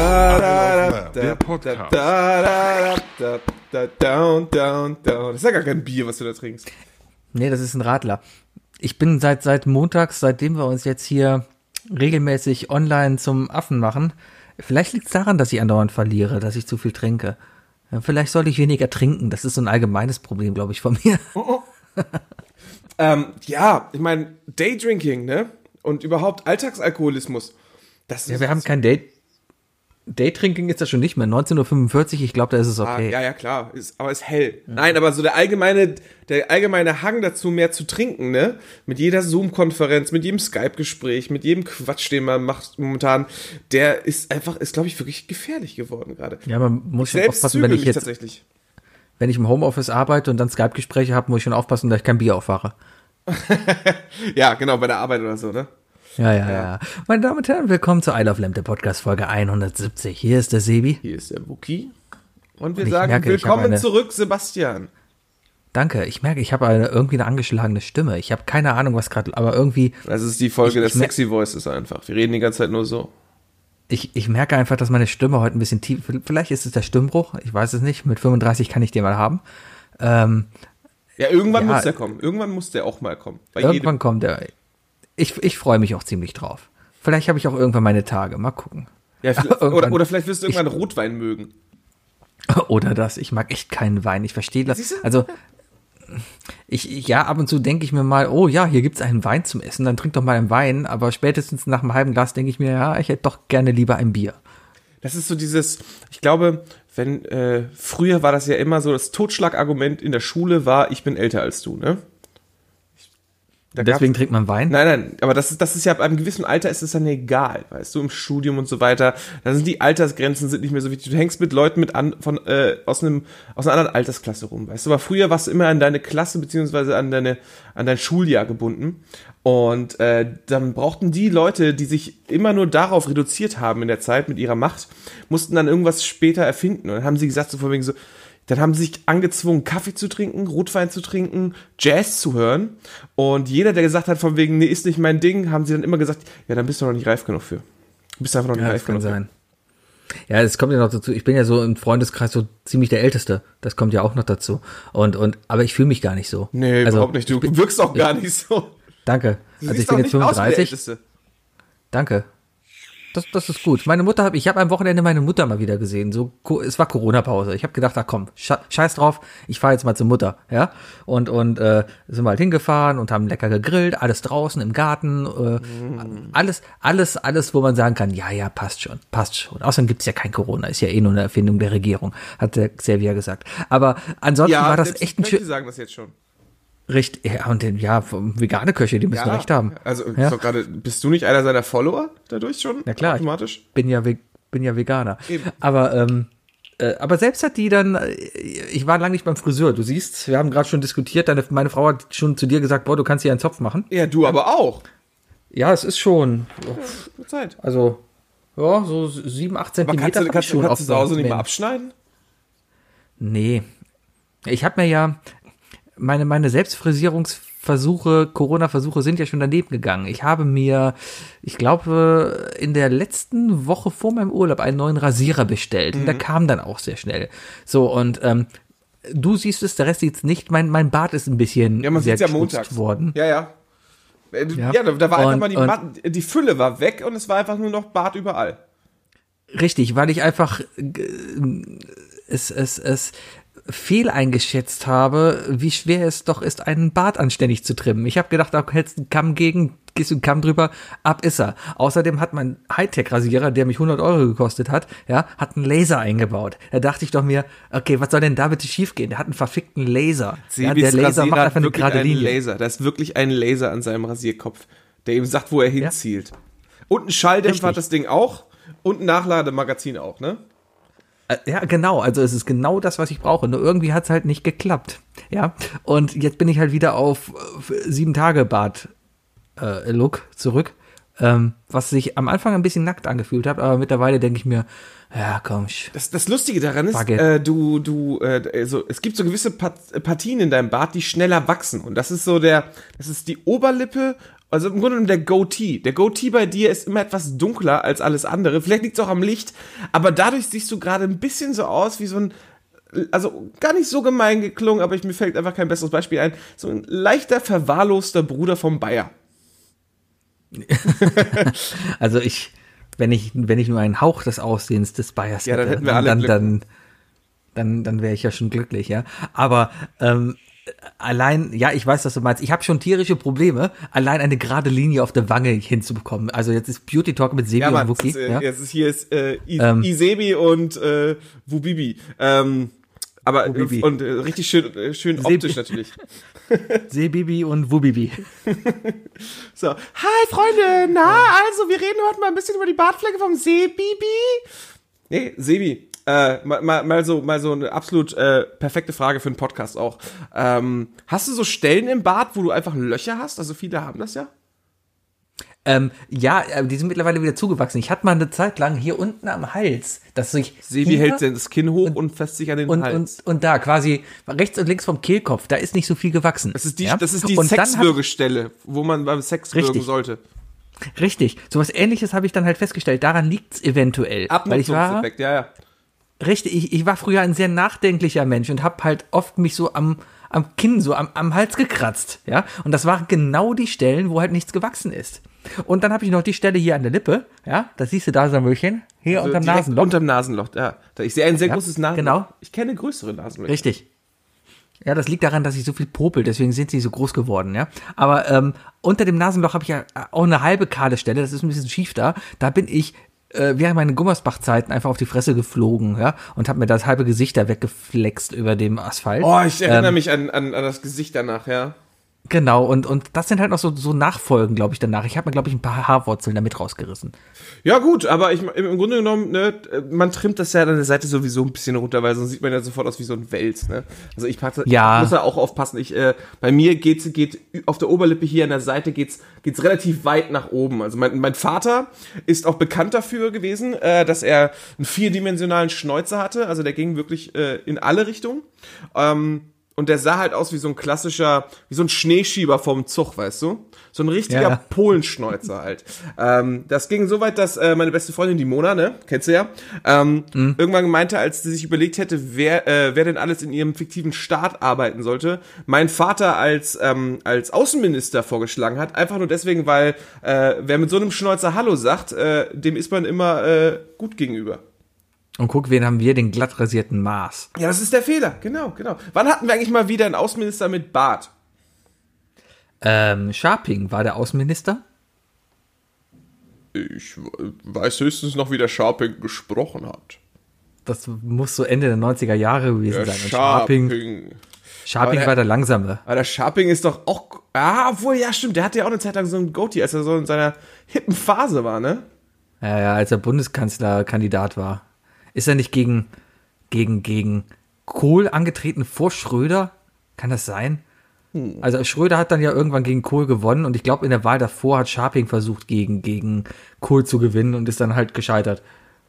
Der Podcast. Das ist ja gar kein Bier, was du da trinkst. Nee, das ist ein Radler. Ich bin seit montags, seitdem wir uns jetzt hier regelmäßig online zum Affen machen, vielleicht liegt es daran, dass ich andauernd verliere, dass ich zu viel trinke. Ja, vielleicht sollte ich weniger trinken. Das ist so ein allgemeines Problem, glaube ich, von mir. Ja, ich meine, Daydrinking, ne? Und überhaupt Alltagsalkoholismus. Das ist Ja, wir haben kein Daydrinking ist das schon nicht mehr. 19:45 Uhr, ich glaube, da ist es okay. Ja, klar, aber ist hell. Ja. Nein, aber so der allgemeine Hang dazu, mehr zu trinken, ne? Mit jeder Zoom-Konferenz, mit jedem Skype-Gespräch, mit jedem Quatsch, den man macht momentan, der ist, glaube ich, wirklich gefährlich geworden gerade. Ja, man muss schon aufpassen, wenn ich im Homeoffice arbeite und dann Skype-Gespräche habe, muss ich schon aufpassen, dass ich kein Bier aufwache. Ja, genau, bei der Arbeit oder so, ne? Ja. Meine Damen und Herren, willkommen zur I Love Lamp, der Podcast Folge 170. Hier ist der Sebi. Hier ist der Wookie. Und wir sagen willkommen zurück, Sebastian. Danke, ich merke, ich habe irgendwie eine angeschlagene Stimme. Ich habe keine Ahnung, was gerade, aber irgendwie... Das ist die Folge der Sexy Voices einfach. Wir reden die ganze Zeit nur so. Ich merke einfach, dass meine Stimme heute ein bisschen tief... Vielleicht ist es der Stimmbruch, ich weiß es nicht. Mit 35 kann ich den mal haben. Ja, irgendwann muss der kommen. Irgendwann muss der auch mal kommen. Irgendwann kommt der... Ich freue mich auch ziemlich drauf. Vielleicht habe ich auch irgendwann meine Tage. Mal gucken. Ja, oder vielleicht wirst du irgendwann Rotwein mögen. Oder das. Ich mag echt keinen Wein. Ich verstehe das. Also, ab und zu denke ich mir mal, oh ja, hier gibt's einen Wein zum Essen, dann trink doch mal einen Wein. Aber spätestens nach einem halben Glas denke ich mir, ja, ich hätte doch gerne lieber ein Bier. Das ist so dieses, ich glaube, früher war das ja immer so, das Totschlagargument in der Schule war, ich bin älter als du, ne? Deswegen trinkt man Wein? Nein, aber das ist ja, ab einem gewissen Alter ist es dann egal, weißt du, im Studium und so weiter, da sind die Altersgrenzen sind nicht mehr so wichtig, du hängst mit Leuten aus einer anderen Altersklasse rum, weißt du, aber früher warst du immer an deine Klasse beziehungsweise an dein Schuljahr gebunden und dann brauchten die Leute, die sich immer nur darauf reduziert haben in der Zeit mit ihrer Macht, mussten dann irgendwas später erfinden und dann haben sie gesagt, so von wegen so, dann haben sie sich angezwungen, Kaffee zu trinken, Rotwein zu trinken, Jazz zu hören. Und jeder, der gesagt hat, von wegen, nee, ist nicht mein Ding, haben sie dann immer gesagt, ja, dann bist du noch nicht reif genug für. Du bist einfach noch nicht reif genug. Das kann sein. Ja, das kommt ja noch dazu. Ich bin ja so im Freundeskreis so ziemlich der Älteste. Das kommt ja auch noch dazu. Aber ich fühle mich gar nicht so. Nee, also, überhaupt nicht. Du wirkst auch gar nicht so. Danke. Also ich bin jetzt 35. Danke. Das ist gut. Ich habe am Wochenende meine Mutter mal wieder gesehen. Es war Corona-Pause. Ich habe gedacht, ach komm, scheiß drauf, ich fahre jetzt mal zur Mutter, ja. Und sind wir halt hingefahren und haben lecker gegrillt, alles draußen im Garten, alles, wo man sagen kann, ja, passt schon. Außerdem gibt's ja kein Corona, ist ja eh nur eine Erfindung der Regierung, hat der Xavier gesagt. Aber ansonsten war das echt ein schön. Die sagen das jetzt schon. Richtig, ja, und vegane Köche, die müssen recht haben. Also, bist du nicht einer seiner Follower dadurch schon? Ja klar, automatisch? Ich bin ja Veganer. Eben. Aber selbst hat die dann, ich war lange nicht beim Friseur, du siehst, wir haben gerade schon diskutiert, meine Frau hat schon zu dir gesagt, boah, du kannst hier einen Zopf machen. Ja, du aber auch. Ja, es ist schon. Ja, Zeit. Also, ja, so 7-8 Zentimeter. Kannst du zu Hause nicht mal abschneiden? Nee. Ich habe mir ja meine Selbstfrisierungsversuche, Corona-Versuche sind ja schon daneben gegangen. Ich habe mir, ich glaube, in der letzten Woche vor meinem Urlaub einen neuen Rasierer bestellt. Und der kam dann auch sehr schnell. So, und du siehst es, der Rest sieht es nicht. Mein Bart ist ein bisschen sehr gesputzt worden. Ja, da war einfach mal die Fülle war weg und es war einfach nur noch Bart überall. Richtig, weil ich einfach es fehl eingeschätzt habe, wie schwer es doch ist, einen Bart anständig zu trimmen. Ich habe gedacht, da hältst du einen Kamm gehst du einen Kamm drüber, ab ist er. Außerdem hat mein Hightech-Rasierer, der mich 100 € gekostet hat, hat einen Laser eingebaut. Da dachte ich doch mir, okay, was soll denn da bitte schiefgehen? Der hat einen verfickten Laser. Der Laser macht einfach eine gerade Linie. Da ist wirklich ein Laser an seinem Rasierkopf, der ihm sagt, wo er hinzielt. Und ein Schalldämpfer hat das Ding auch und ein Nachlademagazin auch, ne? Ja, genau. Also es ist genau das, was ich brauche. Nur irgendwie hat es halt nicht geklappt. Ja. Und jetzt bin ich halt wieder auf 7-Tage-Bart-Look zurück. Was sich am Anfang ein bisschen nackt angefühlt hat, aber mittlerweile denke ich mir, ja, komm. Das Lustige daran ist, es gibt so gewisse Partien in deinem Bart, die schneller wachsen. Und das ist die Oberlippe Also im Grunde genommen der Goatee. Der Goatee bei dir ist immer etwas dunkler als alles andere. Vielleicht liegt es auch am Licht, aber dadurch siehst du gerade ein bisschen so aus wie so ein, also gar nicht so gemein geklungen, aber mir fällt einfach kein besseres Beispiel ein, so ein leichter, verwahrloster Bruder vom Bayer. Also wenn ich nur einen Hauch des Aussehens des Bayers hätte, dann hätten wir alle dann wäre ich ja schon glücklich, ja. Aber allein, ja, ich weiß, was du meinst. Ich habe schon tierische Probleme, allein eine gerade Linie auf der Wange hinzubekommen. Also jetzt ist Beauty Talk mit Sebi und Wookie. Jetzt ist hier Isebi und Wubibi. Aber Wubibi. Und richtig schön optisch natürlich. Sebibi und Wubibi. So, hi Freunde, also wir reden heute mal ein bisschen über die Bartflecke vom Sebibi. Nee, Sebi. Mal so eine absolut perfekte Frage für einen Podcast auch. Hast du so Stellen im Bart, wo du einfach Löcher hast? Also viele haben das ja. Ja, die sind mittlerweile wieder zugewachsen. Ich hatte mal eine Zeit lang hier unten am Hals, dass ich Sebi hält das Kinn hoch und fässt sich an den Hals. Und da quasi rechts und links vom Kehlkopf, da ist nicht so viel gewachsen. Das ist die Sexwürgestelle, wo man beim Sex würgen sollte. Richtig. Sowas Ähnliches habe ich dann halt festgestellt. Daran liegt's eventuell. Abnutzungseffekt, ja. Richtig, ich war früher ein sehr nachdenklicher Mensch und habe halt oft mich so am Kinn, so am Hals gekratzt, ja. Und das waren genau die Stellen, wo halt nichts gewachsen ist. Und dann habe ich noch die Stelle hier an der Lippe, ja. Das siehst du da, Samuelchen, hier also unterm Nasenloch. Unterm Nasenloch, ja. Ich sehe ein sehr großes Nasenloch. Genau. Ich kenne größere Nasenlöcher. Richtig. Ja, das liegt daran, dass ich so viel popel, deswegen sind sie so groß geworden, ja. Aber unter dem Nasenloch habe ich ja auch eine halbe kahle Stelle, das ist ein bisschen schief da. Da bin ich während meinen Gummersbach-Zeiten einfach auf die Fresse geflogen, ja, und habe mir das halbe Gesicht da weggeflext über dem Asphalt. Oh, ich erinnere mich an das Gesicht danach, ja. Genau, und das sind halt noch so Nachfolgen, glaube ich, danach. Ich habe mir, glaube ich, ein paar Haarwurzeln damit rausgerissen. Ja gut, aber im Grunde genommen, ne, man trimmt das ja an der Seite sowieso ein bisschen runter, weil sonst sieht man ja sofort aus wie so ein Wels, ne? Also ich muss da auch aufpassen. Bei mir geht auf der Oberlippe hier an der Seite geht's relativ weit nach oben. Also mein Vater ist auch bekannt dafür gewesen, dass er einen 4-dimensionalen Schnäuzer hatte. Also der ging wirklich in alle Richtungen. Und der sah halt aus wie so ein Schneeschieber vom Zug, weißt du? So ein richtiger Polenschnäuzer halt. Das ging so weit, dass meine beste Freundin, die Mona, ne, kennst du ja, irgendwann meinte, als sie sich überlegt hätte, wer denn alles in ihrem fiktiven Staat arbeiten sollte, mein Vater als Außenminister vorgeschlagen hat, einfach nur deswegen, weil wer mit so einem Schnäuzer Hallo sagt, dem ist man immer gut gegenüber. Und guck, wen haben wir, den glatt rasierten Mars. Ja, das ist der Fehler, genau. Wann hatten wir eigentlich mal wieder einen Außenminister mit Bart? Scharping war der Außenminister? Ich weiß höchstens noch, wie der Scharping gesprochen hat. Das muss so Ende der 90er Jahre gewesen sein. Und Scharping war der Langsame. Aber der Scharping ist doch auch, stimmt, der hatte ja auch eine Zeit lang so einen Goatee, als er so in seiner hippen Phase war, ne? Ja, als er Bundeskanzlerkandidat war. Ist er nicht gegen Kohl angetreten vor Schröder? Kann das sein? Also Schröder hat dann ja irgendwann gegen Kohl gewonnen und ich glaube in der Wahl davor hat Scharping versucht gegen Kohl zu gewinnen und ist dann halt gescheitert.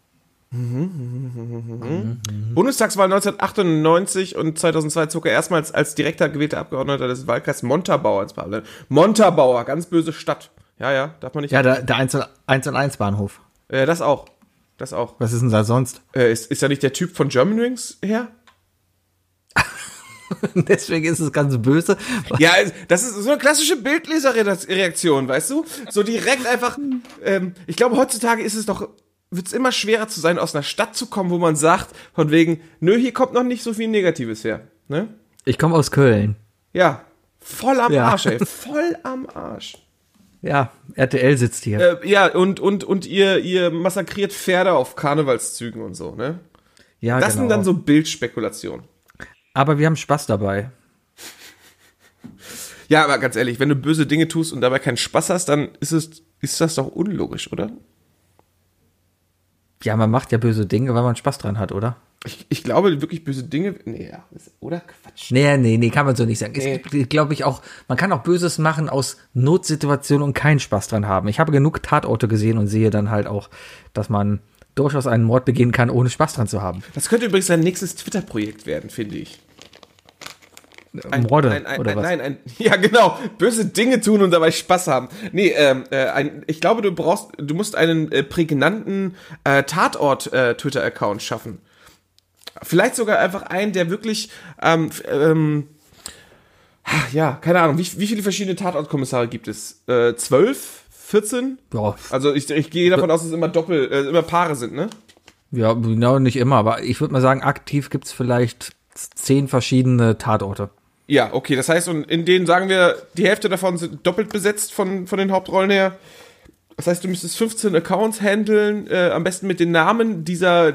Bundestagswahl 1998 und 2002 zog er erstmals als direkter gewählter Abgeordneter des Wahlkreises Montabaur ins Parlament. Montabaur, ganz böse Stadt. Ja, darf man nicht. Ja, der 1&1 Bahnhof. Das auch. Was ist denn da sonst? Ist ja nicht der Typ von Germanwings her? Deswegen ist es ganz böse. Ja, das ist so eine klassische Bildleserreaktion, weißt du? So direkt einfach, ich glaube, heutzutage wird es immer schwerer zu sein, aus einer Stadt zu kommen, wo man sagt, von wegen, hier kommt noch nicht so viel Negatives her. Ne? Ich komme aus Köln. Ja, voll am Arsch, ey. Voll am Arsch. Ja, RTL sitzt hier. Und ihr massakriert Pferde auf Karnevalszügen und so, ne? Ja, das sind dann so Bildspekulationen. Aber wir haben Spaß dabei. Ja, aber ganz ehrlich, wenn du böse Dinge tust und dabei keinen Spaß hast, dann ist das doch unlogisch, oder? Ja, man macht ja böse Dinge, weil man Spaß dran hat, oder? Ich glaube, wirklich böse Dinge, oder Quatsch. Nee, kann man so nicht sagen. Nee. Es gibt, glaube ich, auch, man kann auch Böses machen aus Notsituationen und keinen Spaß dran haben. Ich habe genug Tatorte gesehen und sehe dann halt auch, dass man durchaus einen Mord begehen kann, ohne Spaß dran zu haben. Das könnte übrigens ein nächstes Twitter-Projekt werden, finde ich. Morde oder was? Ja genau, böse Dinge tun und dabei Spaß haben. Nee, ich glaube, du musst einen prägnanten Tatort-Twitter-Account schaffen. Vielleicht sogar einfach einen, der wirklich, ja, keine Ahnung, wie viele verschiedene Tatortkommissare gibt es? 12? 14? Ja. Also ich gehe davon aus, dass es immer immer Paare sind, ne? Ja, genau, nicht immer, aber ich würde mal sagen, aktiv gibt's vielleicht 10 verschiedene Tatorte. Ja, okay, das heißt, und in denen sagen wir, die Hälfte davon sind doppelt besetzt von den Hauptrollen her. Das heißt, du müsstest 15 Accounts handeln, am besten mit den Namen dieser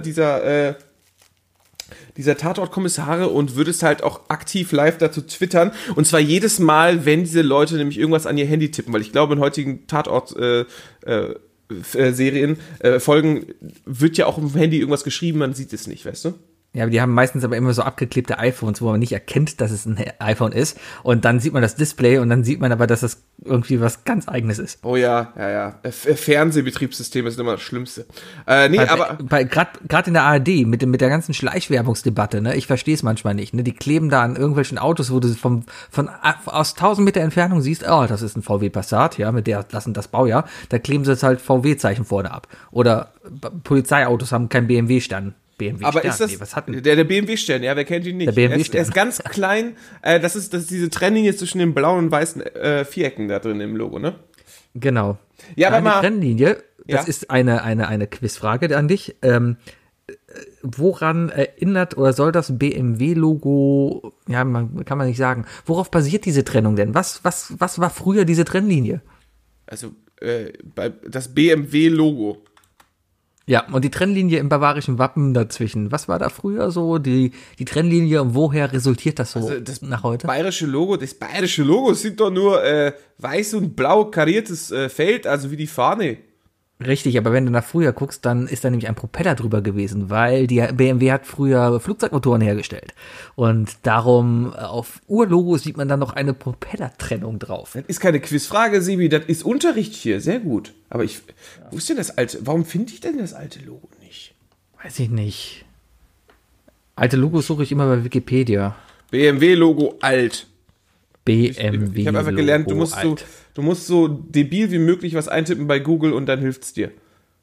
Tatortkommissare und würdest halt auch aktiv live dazu twittern. Und zwar jedes Mal, wenn diese Leute nämlich irgendwas an ihr Handy tippen, weil ich glaube, in heutigen Tatort-Serien, Folgen, wird ja auch im Handy irgendwas geschrieben, man sieht es nicht, weißt du? Ja, aber die haben meistens aber immer so abgeklebte iPhones, wo man nicht erkennt, dass es ein iPhone ist. Und dann sieht man das Display und dann sieht man aber, dass das irgendwie was ganz Eigenes ist. Oh ja. Fernsehbetriebssystem ist immer das Schlimmste. Gerade in der ARD mit der ganzen Schleichwerbungsdebatte, ne, ich verstehe es manchmal nicht, ne, die kleben da an irgendwelchen Autos, wo du aus 1000 Meter Entfernung siehst, oh, das ist ein VW Passat, ja, mit der lassen das Baujahr, da kleben sie jetzt halt VW-Zeichen vorne ab. Oder Polizeiautos haben kein BMW-Stern. Aber ist das der BMW-Stern, ja, wer kennt ihn nicht? Der BMW-Stern. Er ist ganz klein, das ist diese Trennlinie zwischen den blauen und weißen Vierecken da drin im Logo, ne? Genau. Ja, aber die Trennlinie, das ist eine Quizfrage an dich. Woran erinnert oder soll das BMW-Logo, ja, kann man nicht sagen, worauf basiert diese Trennung denn? Was war früher diese Trennlinie? Also, das BMW-Logo. Ja, und die Trennlinie im bavarischen Wappen dazwischen. Was war da früher so die Trennlinie und woher resultiert das so nach heute? Das bayerische Logo sind doch nur weiß und blau kariertes Feld, also wie die Fahne. Richtig, aber wenn du nach früher guckst, dann ist da nämlich ein Propeller drüber gewesen, weil die BMW hat früher Flugzeugmotoren hergestellt. Und darum auf Urlogos sieht man dann noch eine Propellertrennung drauf. Das ist keine Quizfrage, Sibi, das ist Unterricht hier, sehr gut. Aber wo ist denn das alte, warum finde ich denn das alte Logo nicht? Weiß ich nicht. Alte Logos suche ich immer bei Wikipedia. BMW-Logo alt. BMW. Ich habe einfach gelernt, du musst so debil wie möglich was eintippen bei Google und dann hilft's dir.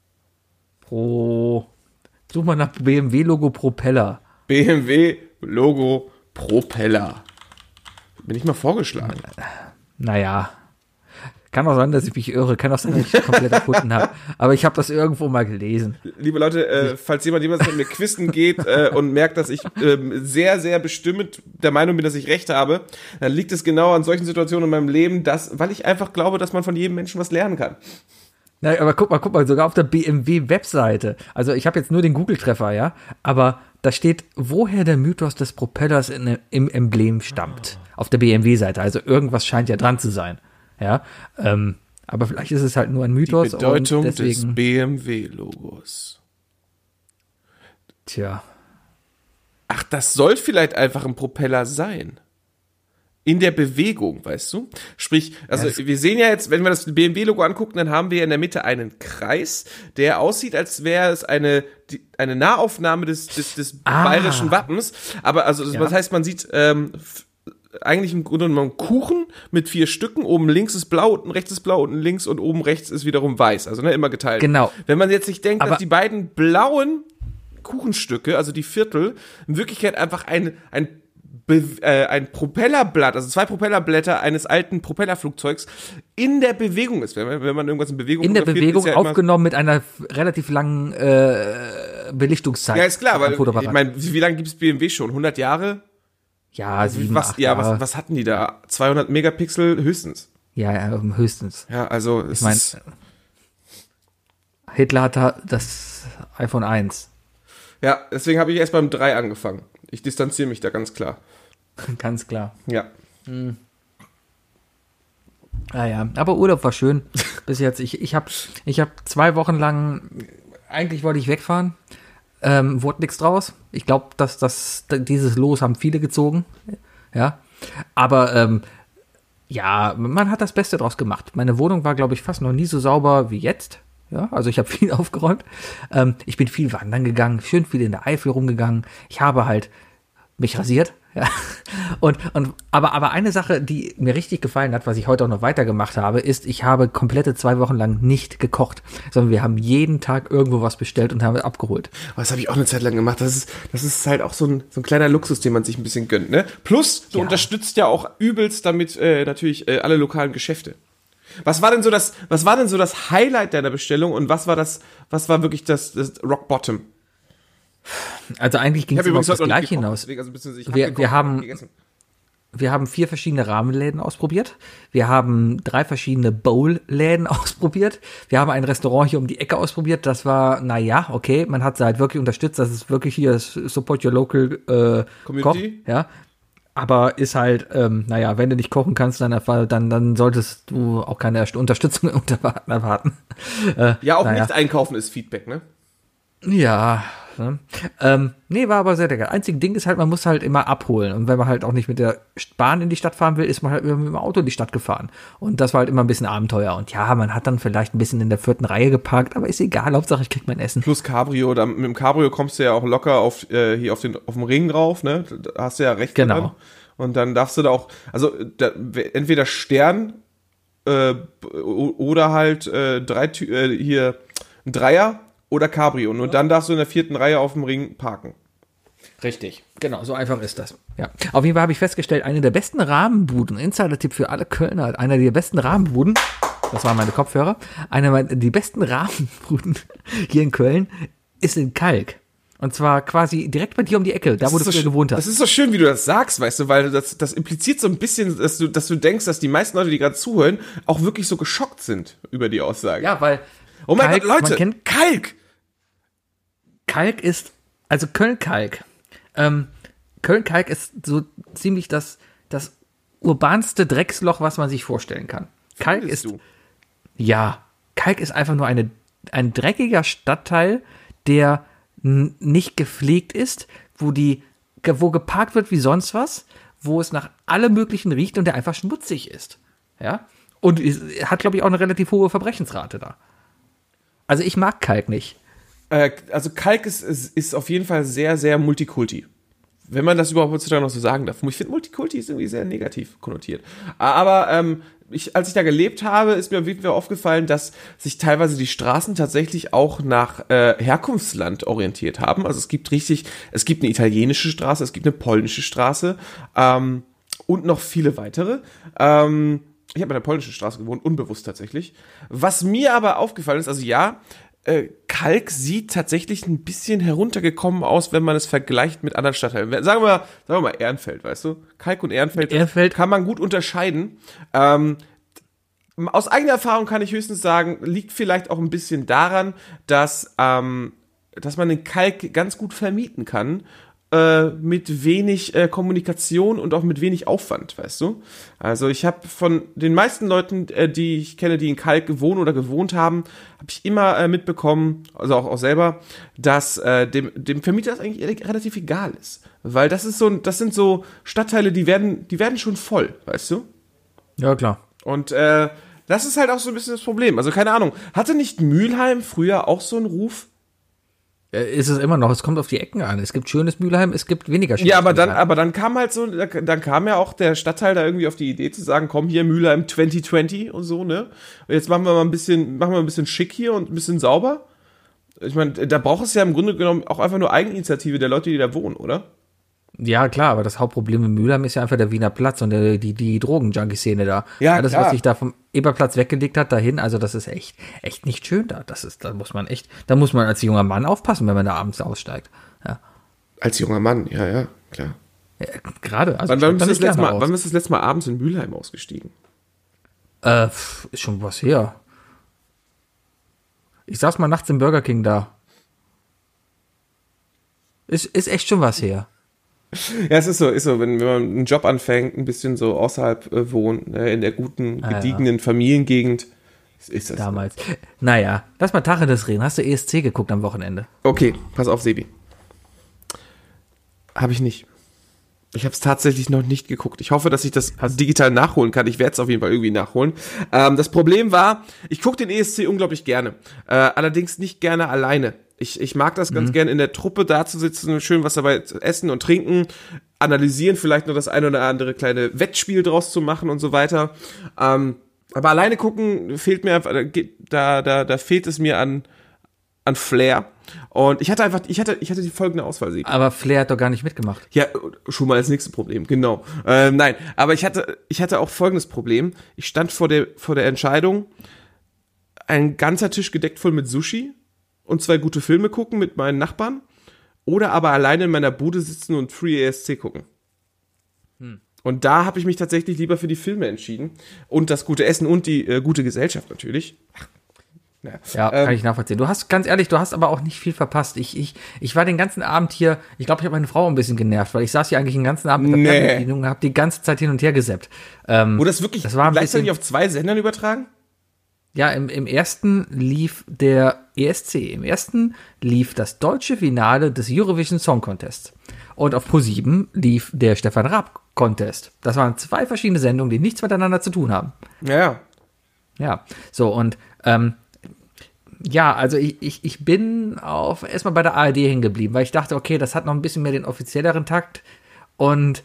Such mal nach BMW-Logo Propeller. BMW-Logo Propeller. Bin ich mal vorgeschlagen. Naja. Kann auch sein, dass ich mich irre. Kann auch sein, dass ich das komplett erfunden habe. Aber ich habe das irgendwo mal gelesen. Liebe Leute, falls jemand mit mir quizzen geht und merkt, dass ich sehr, sehr bestimmend der Meinung bin, dass ich recht habe, dann liegt es genau an solchen Situationen in meinem Leben, weil ich einfach glaube, dass man von jedem Menschen was lernen kann. Na, aber guck mal, sogar auf der BMW-Webseite. Also ich habe jetzt nur den Google-Treffer, ja, aber da steht, woher der Mythos des Propellers im Emblem stammt. Auf der BMW-Seite. Also irgendwas scheint ja dran zu sein. Ja, aber vielleicht ist es halt nur ein Mythos. Die Bedeutung des BMW-Logos. Tja. Ach, das soll vielleicht einfach ein Propeller sein. In der Bewegung, weißt du? Sprich, also wir sehen ja jetzt, wenn wir das BMW-Logo angucken, dann haben wir in der Mitte einen Kreis, der aussieht, als wäre es eine Nahaufnahme des bayerischen Wappens. Aber also das heißt, man sieht eigentlich im Grunde genommen einen Kuchen mit 4 Stücken. Oben links ist blau, unten rechts ist blau, unten links und oben rechts ist wiederum weiß. Also immer geteilt. Genau. Wenn man jetzt nicht denkt, dass die beiden blauen Kuchenstücke, also die Viertel, in Wirklichkeit einfach ein Propellerblatt, also 2 Propellerblätter eines alten Propellerflugzeugs in der Bewegung ist. Wenn man irgendwas in Bewegung in der Bewegung ja aufgenommen mit einer relativ langen Belichtungszeit. Ja, ist klar, weil ich meine, wie lange gibt es BMW schon? 100 Jahre? Ja, 7, 8 Jahre. Was hatten die da? 200 Megapixel höchstens. Ja, höchstens. Ja, also ich meine, Hitler hatte das iPhone 1. Ja, deswegen habe ich erst beim 3 angefangen. Ich distanziere mich da ganz klar. Ganz klar. Ja. Ja, aber Urlaub war schön. Bis jetzt. Ich hab 2 Wochen lang, eigentlich wollte ich wegfahren. Wurde nichts draus. Ich glaube, dass dieses Los haben viele gezogen. Ja. Aber ja, man hat das Beste draus gemacht. Meine Wohnung war, glaube ich, fast noch nie so sauber wie jetzt. Ja, also ich habe viel aufgeräumt. Ich bin viel wandern gegangen, schön viel in der Eifel rumgegangen. Ich habe halt mich rasiert. Ja. Aber eine Sache, die mir richtig gefallen hat, was ich heute auch noch weitergemacht habe, ist, ich habe komplette 2 Wochen lang nicht gekocht, sondern wir haben jeden Tag irgendwo was bestellt und haben es abgeholt. Das habe ich auch eine Zeit lang gemacht. Das ist halt auch so ein kleiner Luxus, den man sich ein bisschen gönnt, ne? Plus, du unterstützt ja auch übelst damit natürlich alle lokalen Geschäfte. Was war denn so das Highlight deiner Bestellung und was war wirklich das Rock Bottom? Also eigentlich ging es immer auf das Gleiche hinaus. Wir haben 4 verschiedene Rahmenläden ausprobiert. Wir haben 3 verschiedene Bowl-Läden ausprobiert. Wir haben ein Restaurant hier um die Ecke ausprobiert. Das war, okay, man hat sie halt wirklich unterstützt. Das ist wirklich hier Support Your Local Community. Koch, ja. Aber ist halt, wenn du nicht kochen kannst, dann solltest du auch keine Unterstützung erwarten. Nicht einkaufen ist Feedback, ne? Ja. War aber sehr lecker. Einzige Ding ist halt, man muss halt immer abholen. Und wenn man halt auch nicht mit der Bahn in die Stadt fahren will, ist man halt immer mit dem Auto in die Stadt gefahren. Und das war halt immer ein bisschen Abenteuer. Und ja, man hat dann vielleicht ein bisschen in der 4. Reihe geparkt, aber ist egal, Hauptsache ich krieg mein Essen. Plus Cabrio, mit dem Cabrio kommst du ja auch locker auf dem Ring drauf, ne? Da hast du ja recht. Genau. Dran. Und dann darfst du da auch, entweder Stern oder halt ein Dreier oder Cabrio. Nur dann darfst du in der 4. Reihe auf dem Ring parken. Richtig, genau, so einfach ist das. Ja. Auf jeden Fall habe ich festgestellt, eine der besten Rahmenbuden, Insider-Tipp für alle Kölner, einer der besten Rahmenbuden, das waren meine Kopfhörer, die besten Rahmenbuden hier in Köln ist in Kalk. Und zwar quasi direkt bei dir um die Ecke, da wo du früher gewohnt hast. Das ist so schön, wie du das sagst, weißt du, weil das impliziert so ein bisschen, dass du denkst, dass die meisten Leute, die gerade zuhören, auch wirklich so geschockt sind über die Aussage. Ja, weil oh mein Gott, Leute, Kalk! Kalk ist, also Köln-Kalk. Köln-Kalk ist so ziemlich das urbanste Drecksloch, was man sich vorstellen kann. Kalk ist einfach nur ein dreckiger Stadtteil, der nicht gepflegt ist, wo geparkt wird wie sonst was, wo es nach allem Möglichen riecht und der einfach schmutzig ist. Ja? Und hat, glaube ich, auch eine relativ hohe Verbrechensrate da. Also ich mag Kalk nicht. Also Kalk ist auf jeden Fall sehr, sehr Multikulti. Wenn man das überhaupt heutzutage noch so sagen darf. Ich finde, Multikulti ist irgendwie sehr negativ konnotiert. Aber als ich da gelebt habe, ist mir wirklich aufgefallen, dass sich teilweise die Straßen tatsächlich auch nach Herkunftsland orientiert haben. Also es gibt eine italienische Straße, es gibt eine polnische Straße und noch viele weitere. Ich habe in der polnischen Straße gewohnt, unbewusst tatsächlich. Was mir aber aufgefallen ist, Kalk sieht tatsächlich ein bisschen heruntergekommen aus, wenn man es vergleicht mit anderen Stadtteilen. Sagen wir mal Ehrenfeld, weißt du? Kalk und Ehrenfeld kann man gut unterscheiden. Aus eigener Erfahrung kann ich höchstens sagen, liegt vielleicht auch ein bisschen daran, dass man den Kalk ganz gut vermieten kann, mit wenig Kommunikation und auch mit wenig Aufwand, weißt du? Also ich habe von den meisten Leuten, die ich kenne, die in Kalk wohnen oder gewohnt haben, habe ich immer mitbekommen, also auch selber, dass dem Vermieter das eigentlich relativ egal ist. Weil das sind so Stadtteile, die werden schon voll, weißt du? Ja, klar. Und das ist halt auch so ein bisschen das Problem. Also keine Ahnung, hatte nicht Mülheim früher auch so einen Ruf? Ist es immer noch, es kommt auf die Ecken an. Es gibt schönes Mülheim, es gibt weniger schönes Mülheim. Aber dann kam halt dann kam ja auch der Stadtteil da irgendwie auf die Idee zu sagen, komm hier Mülheim 2020 und so, ne? Und jetzt machen wir ein bisschen schick hier und ein bisschen sauber. Ich meine, da braucht es ja im Grunde genommen auch einfach nur Eigeninitiative der Leute, die da wohnen, oder? Ja, klar, aber das Hauptproblem in Mülheim ist ja einfach der Wiener Platz und die Drogen-Junkie-Szene da. Ja, alles, was sich da vom Eberplatz weggelegt hat, dahin, also das ist echt nicht schön da. Da muss man als junger Mann aufpassen, wenn man da abends aussteigt. Ja. Als junger Mann, ja, klar. Ja, gerade, also wann bist du das letzte Mal abends in Mülheim ausgestiegen? Ist schon was her. Ich saß mal nachts im Burger King da. Ist echt schon was her. Ja, es ist so, wenn man einen Job anfängt, ein bisschen so außerhalb wohnt, in der guten, gediegenen Familiengegend, ist das. Damals. So. Naja, lass mal Tacheles reden. Hast du ESC geguckt am Wochenende? Okay, pass auf, Sebi. Habe ich nicht. Ich habe es tatsächlich noch nicht geguckt. Ich hoffe, dass ich das digital nachholen kann. Ich werde es auf jeden Fall irgendwie nachholen. Das Problem war, ich gucke den ESC unglaublich gerne. Allerdings nicht gerne alleine. Ich mag das ganz gern, in der Truppe da zu sitzen, schön was dabei essen und trinken. analysieren, vielleicht noch das ein oder andere kleine Wettspiel draus zu machen und so weiter. Aber alleine gucken fehlt mir einfach, da fehlt es mir an Flair. Und ich hatte die folgende Auswahl. Aber Flair hat doch gar nicht mitgemacht. Ja, schon mal das nächste Problem, genau. Nein, aber ich hatte auch folgendes Problem. Ich stand vor der Entscheidung, ein ganzer Tisch gedeckt voll mit Sushi und 2 gute Filme gucken mit meinen Nachbarn oder aber alleine in meiner Bude sitzen und Free ESC gucken. Und da habe ich mich tatsächlich lieber für die Filme entschieden und das gute Essen und die gute Gesellschaft natürlich. Ja, kann ich nachvollziehen. Du hast, ganz ehrlich, aber auch nicht viel verpasst. Ich war den ganzen Abend hier, ich glaube, ich habe meine Frau ein bisschen genervt, weil ich saß hier eigentlich den ganzen Abend mit der Fernbedienung und habe die ganze Zeit hin und her gesappt. Wurde das wirklich gleichzeitig auf 2 Sendern übertragen? Ja, im ersten lief der ESC. Im ersten lief das deutsche Finale des Eurovision Song Contests. Und auf Pro7 lief der Stefan Raab Contest. Das waren 2 verschiedene Sendungen, die nichts miteinander zu tun haben. Ja. Ja, so und ja, also ich bin erstmal bei der ARD hängen geblieben, weil ich dachte, okay, das hat noch ein bisschen mehr den offizielleren Takt und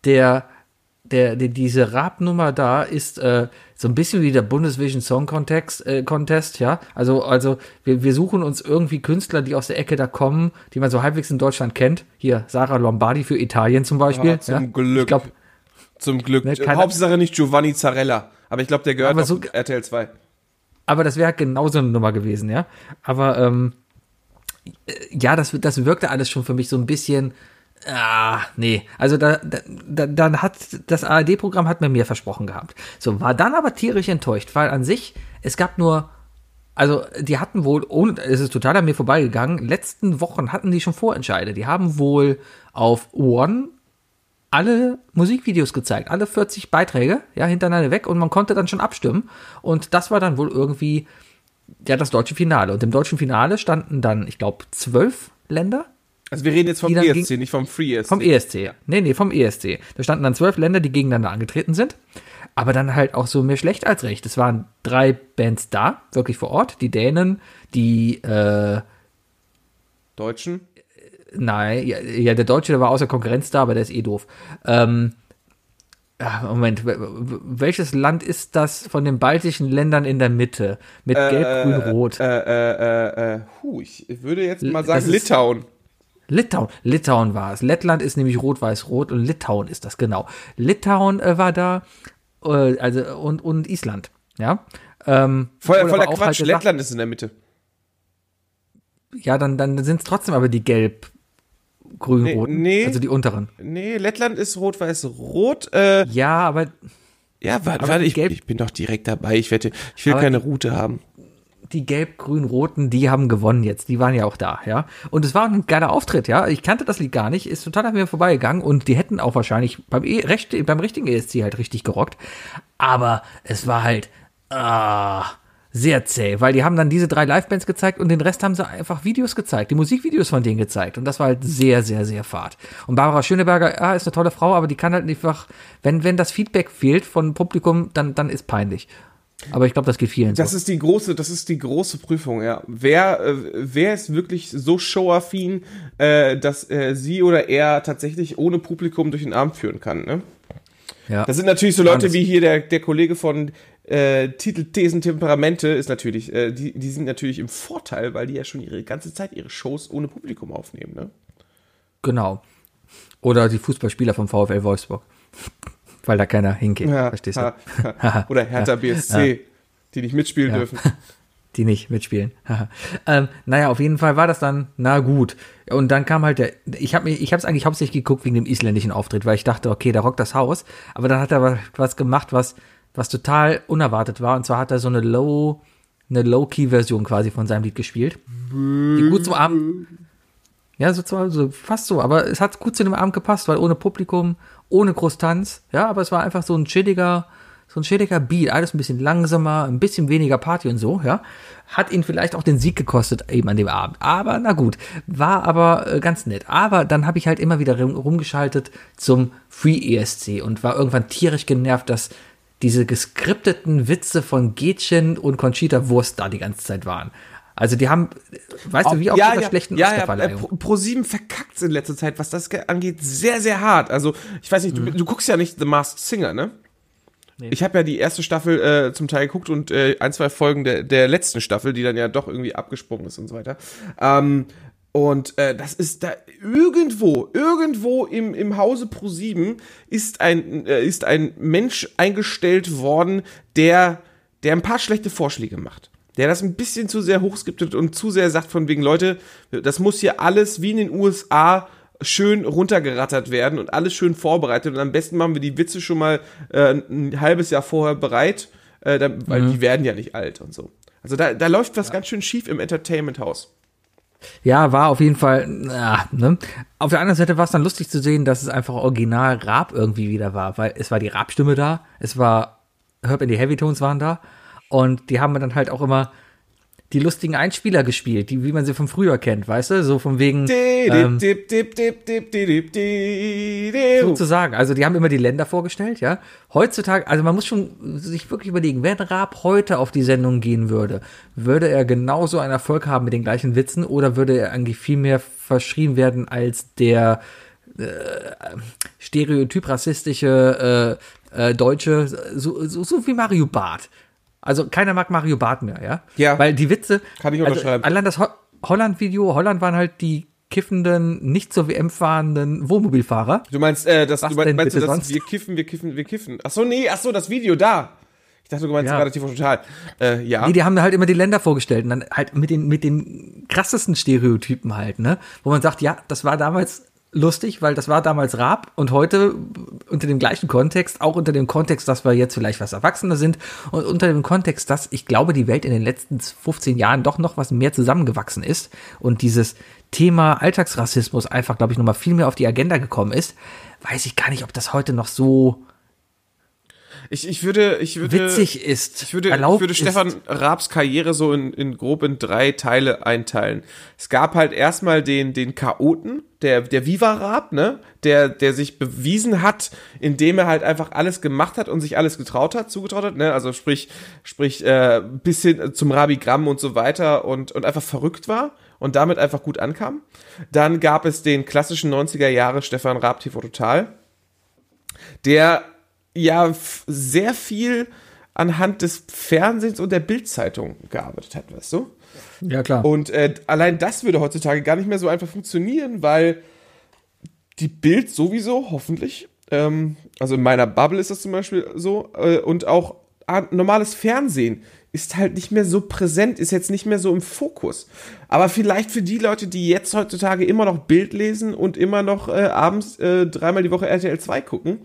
diese Rap-Nummer da ist so ein bisschen wie der Bundesvision Song Contest, ja, also wir suchen uns irgendwie Künstler, die aus der Ecke da kommen, die man so halbwegs in Deutschland kennt, hier Sarah Lombardi für Italien zum Beispiel. Zum Glück. Zum Glück. Ne, Hauptsache nicht Giovanni Zarella, aber ich glaube, der gehört auf RTL 2. Aber das wäre halt genauso eine Nummer gewesen, ja. Aber ja, das wirkte alles schon für mich so ein bisschen, nee. Also dann hat das ARD-Programm hat mir mehr versprochen gehabt. So, war dann aber tierisch enttäuscht, weil an sich, es gab nur, also die hatten wohl, es ist total an mir vorbeigegangen, letzten Wochen hatten die schon Vorentscheide. Die haben wohl auf One alle Musikvideos gezeigt, alle 40 Beiträge, ja, hintereinander weg und man konnte dann schon abstimmen und das war dann wohl irgendwie, ja, das deutsche Finale und im deutschen Finale standen dann, ich glaube, 12 Länder. Also wir reden jetzt vom ESC, nicht vom Free ESC. Vom ESC, ja. Nee, vom ESC. Da standen dann 12 Länder, die gegeneinander angetreten sind, aber dann halt auch so mehr schlecht als recht. Es waren 3 Bands da, wirklich vor Ort, die Dänen, die Deutschen? Nein, ja, der Deutsche, der war außer Konkurrenz da, aber der ist eh doof. Moment, welches Land ist das von den baltischen Ländern in der Mitte? Mit Gelb, Grün, Rot. Ich würde jetzt mal sagen Litauen. Litauen war es. Lettland ist nämlich Rot, Weiß, Rot und Litauen ist das, genau. Litauen war da, also und Island, ja. Voller Quatsch, halt Lettland ist in der Mitte. Ja, dann sind es trotzdem aber die Gelb, Grün-Roten, also die unteren. Nee, Lettland ist Rot-Weiß-Rot. Ja, aber... Ja, warte, ich bin doch direkt dabei. Ich will keine Route haben. Die Gelb-Grün-Roten, die haben gewonnen jetzt. Die waren ja auch da, ja. Und es war ein geiler Auftritt, ja. Ich kannte das Lied gar nicht, ist total an mir vorbeigegangen und die hätten auch wahrscheinlich beim richtigen ESC halt richtig gerockt. Aber es war halt... sehr zäh, weil die haben dann diese 3 Livebands gezeigt und den Rest haben sie einfach Videos gezeigt, die Musikvideos von denen gezeigt und das war halt sehr, sehr, sehr fad. Und Barbara Schöneberger, ist eine tolle Frau, aber die kann halt einfach, wenn das Feedback fehlt von Publikum, dann ist peinlich. Aber ich glaube, das geht vielen so. Das ist die große Prüfung, ja. Wer ist wirklich so showaffin, dass sie oder er tatsächlich ohne Publikum durch den Abend führen kann, ne? Ja. Das sind natürlich so Leute wie hier der Kollege von Titel, Thesen, Temperamente ist natürlich, die sind natürlich im Vorteil, weil die ja schon ihre ganze Zeit ihre Shows ohne Publikum aufnehmen, ne? Genau. Oder die Fußballspieler vom VfL Wolfsburg. Weil da keiner hingeht, verstehst du? Oder Hertha BSC, die nicht mitspielen dürfen. Die nicht mitspielen. Naja, auf jeden Fall war das dann, na gut. Und dann kam halt ich hab's eigentlich hauptsächlich geguckt wegen dem isländischen Auftritt, weil ich dachte, okay, da rockt das Haus. Aber dann hat er was gemacht, was total unerwartet war. Und zwar hat er so eine Low-Key-Version quasi von seinem Lied gespielt. Die gut zum Abend, ja, so fast so. Aber es hat gut zu dem Abend gepasst, weil ohne Publikum, ohne Großtanz. Ja, aber es war einfach so ein chilliger Beat, alles ein bisschen langsamer, ein bisschen weniger Party und so, ja. Hat ihn vielleicht auch den Sieg gekostet eben an dem Abend. Aber na gut, war aber ganz nett. Aber dann habe ich halt immer wieder rumgeschaltet zum Free ESC und war irgendwann tierisch genervt, dass diese geskripteten Witze von Gretchen und Conchita Wurst da die ganze Zeit waren. Also die haben, weißt du, wie auch bei schlechten Oscarverleihungen. Pro7 verkackt in letzter Zeit, was das angeht, sehr, sehr hart. Also, ich weiß nicht, du guckst ja nicht The Masked Singer, ne? Nee. Ich habe ja die erste Staffel zum Teil geguckt und 1, 2 Folgen der letzten Staffel, die dann ja doch irgendwie abgesprungen ist und so weiter. Das ist da irgendwo im Hause Pro7 ist ein Mensch eingestellt worden, der ein paar schlechte Vorschläge macht. Der das ein bisschen zu sehr hochskiptet und zu sehr sagt von wegen, Leute, das muss hier alles wie in den USA schön runtergerattert werden und alles schön vorbereitet und am besten machen wir die Witze schon mal ein halbes Jahr vorher bereit, weil die werden ja nicht alt und so. Also da läuft was ganz schön schief im Entertainment-Haus. Ja, war auf jeden Fall, ne? Auf der anderen Seite war es dann lustig zu sehen, dass es einfach original Raab irgendwie wieder war, weil es war die Raab-Stimme da, es war Herb and the Heavytones waren da und die haben dann halt auch immer die lustigen Einspieler gespielt, wie man sie von früher kennt, weißt du? So von wegen sozusagen, also die haben immer die Länder vorgestellt, ja. Heutzutage, also man muss schon sich wirklich überlegen, wenn Raab heute auf die Sendung gehen würde er genauso einen Erfolg haben mit den gleichen Witzen oder würde er eigentlich viel mehr verschrien werden als der stereotyp rassistische Deutsche, so wie Mario Barth. Also keiner mag Mario Barth mehr, ja? Ja. Weil die Witze, kann ich unterschreiben. Allein das Holland-Video, Holland waren halt die kiffenden, nicht zur WM fahrenden Wohnmobilfahrer. Du meinst, meinst du, dass wir kiffen? Ach so, das Video da. Ich dachte, du meinst gerade TV Total. Ja. Nee, die haben halt immer die Länder vorgestellt und dann halt mit den krassesten Stereotypen halt, ne? Wo man sagt, ja, das war damals lustig, weil das war damals Raab und heute unter dem gleichen Kontext, auch unter dem Kontext, dass wir jetzt vielleicht was Erwachsener sind und unter dem Kontext, dass ich glaube, die Welt in den letzten 15 Jahren doch noch was mehr zusammengewachsen ist und dieses Thema Alltagsrassismus einfach, glaube ich, nochmal viel mehr auf die Agenda gekommen ist, weiß ich gar nicht, ob das heute noch so witzig ist. Ich würde Stefan Raabs Karriere so in grob in 3 Teile einteilen. Es gab halt erstmal den Chaoten, der Viva Raab, ne, der sich bewiesen hat, indem er halt einfach alles gemacht hat und sich alles zugetraut hat, ne, also sprich bis hin zum Rabigramm und so weiter und einfach verrückt war und damit einfach gut ankam. Dann gab es den klassischen 90er Jahre Stefan Raab TV Total, der ja sehr viel anhand des Fernsehens und der Bild-Zeitung gearbeitet hat, weißt du? Ja, klar. Und allein das würde heutzutage gar nicht mehr so einfach funktionieren, weil die Bild sowieso, hoffentlich, also in meiner Bubble ist das zum Beispiel so, und auch normales Fernsehen ist halt nicht mehr so präsent, ist jetzt nicht mehr so im Fokus. Aber vielleicht für die Leute, die jetzt heutzutage immer noch Bild lesen und immer noch abends 3-mal die Woche RTL 2 gucken,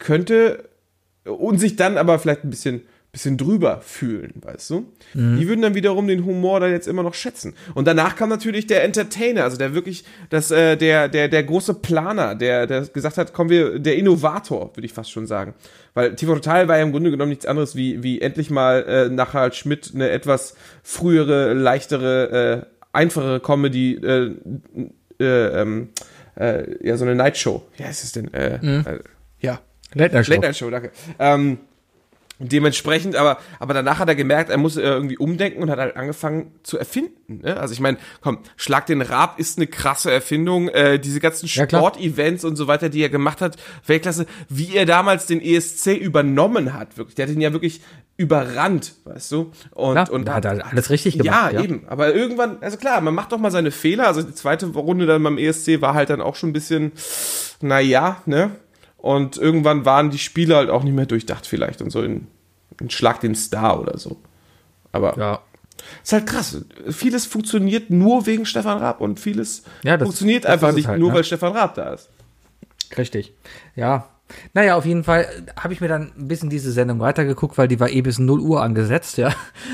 und sich dann aber vielleicht ein bisschen drüber fühlen, weißt du? Die würden dann wiederum den Humor dann jetzt immer noch schätzen. Und danach kam natürlich der Entertainer, also der wirklich, der große Planer, der gesagt hat, der Innovator, würde ich fast schon sagen. Weil TV Total war ja im Grunde genommen nichts anderes wie endlich mal nach Harald Schmidt eine etwas frühere, leichtere, einfachere Comedy, so eine Nightshow. Wie heißt es denn? Late Night Show, danke. Dementsprechend, aber danach hat er gemerkt, er muss irgendwie umdenken und hat halt angefangen zu erfinden. Ne? Also ich meine, komm, Schlag den Raab ist eine krasse Erfindung. Diese ganzen Sportevents und so weiter, die er gemacht hat, Weltklasse, wie er damals den ESC übernommen hat, wirklich. Der hat ihn ja wirklich überrannt, weißt du? Und hat er alles richtig gemacht. Ja, eben. Aber irgendwann, also klar, man macht doch mal seine Fehler. Also die zweite Runde dann beim ESC war halt dann auch schon ein bisschen, naja, ne? Und irgendwann waren die Spiele halt auch nicht mehr durchdacht vielleicht und so in Schlag den Star oder so. Aber ist halt krass. Vieles funktioniert nur wegen Stefan Raab und vieles funktioniert einfach nicht nur, weil Stefan Raab da ist. Richtig. Ja. Naja, auf jeden Fall habe ich mir dann ein bisschen diese Sendung weitergeguckt, weil die war bis 0 Uhr angesetzt, ja.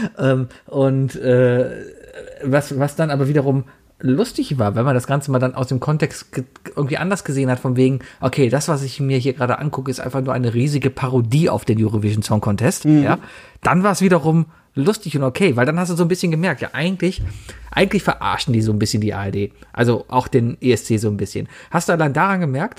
Was dann aber wiederum lustig war, wenn man das Ganze mal dann aus dem Kontext irgendwie anders gesehen hat, von wegen, okay, das, was ich mir hier gerade angucke, ist einfach nur eine riesige Parodie auf den Eurovision Song Contest, ja, dann war es wiederum lustig und okay, weil dann hast du so ein bisschen gemerkt, ja, eigentlich verarschen die so ein bisschen die ARD, also auch den ESC so ein bisschen. Hast du allein daran gemerkt,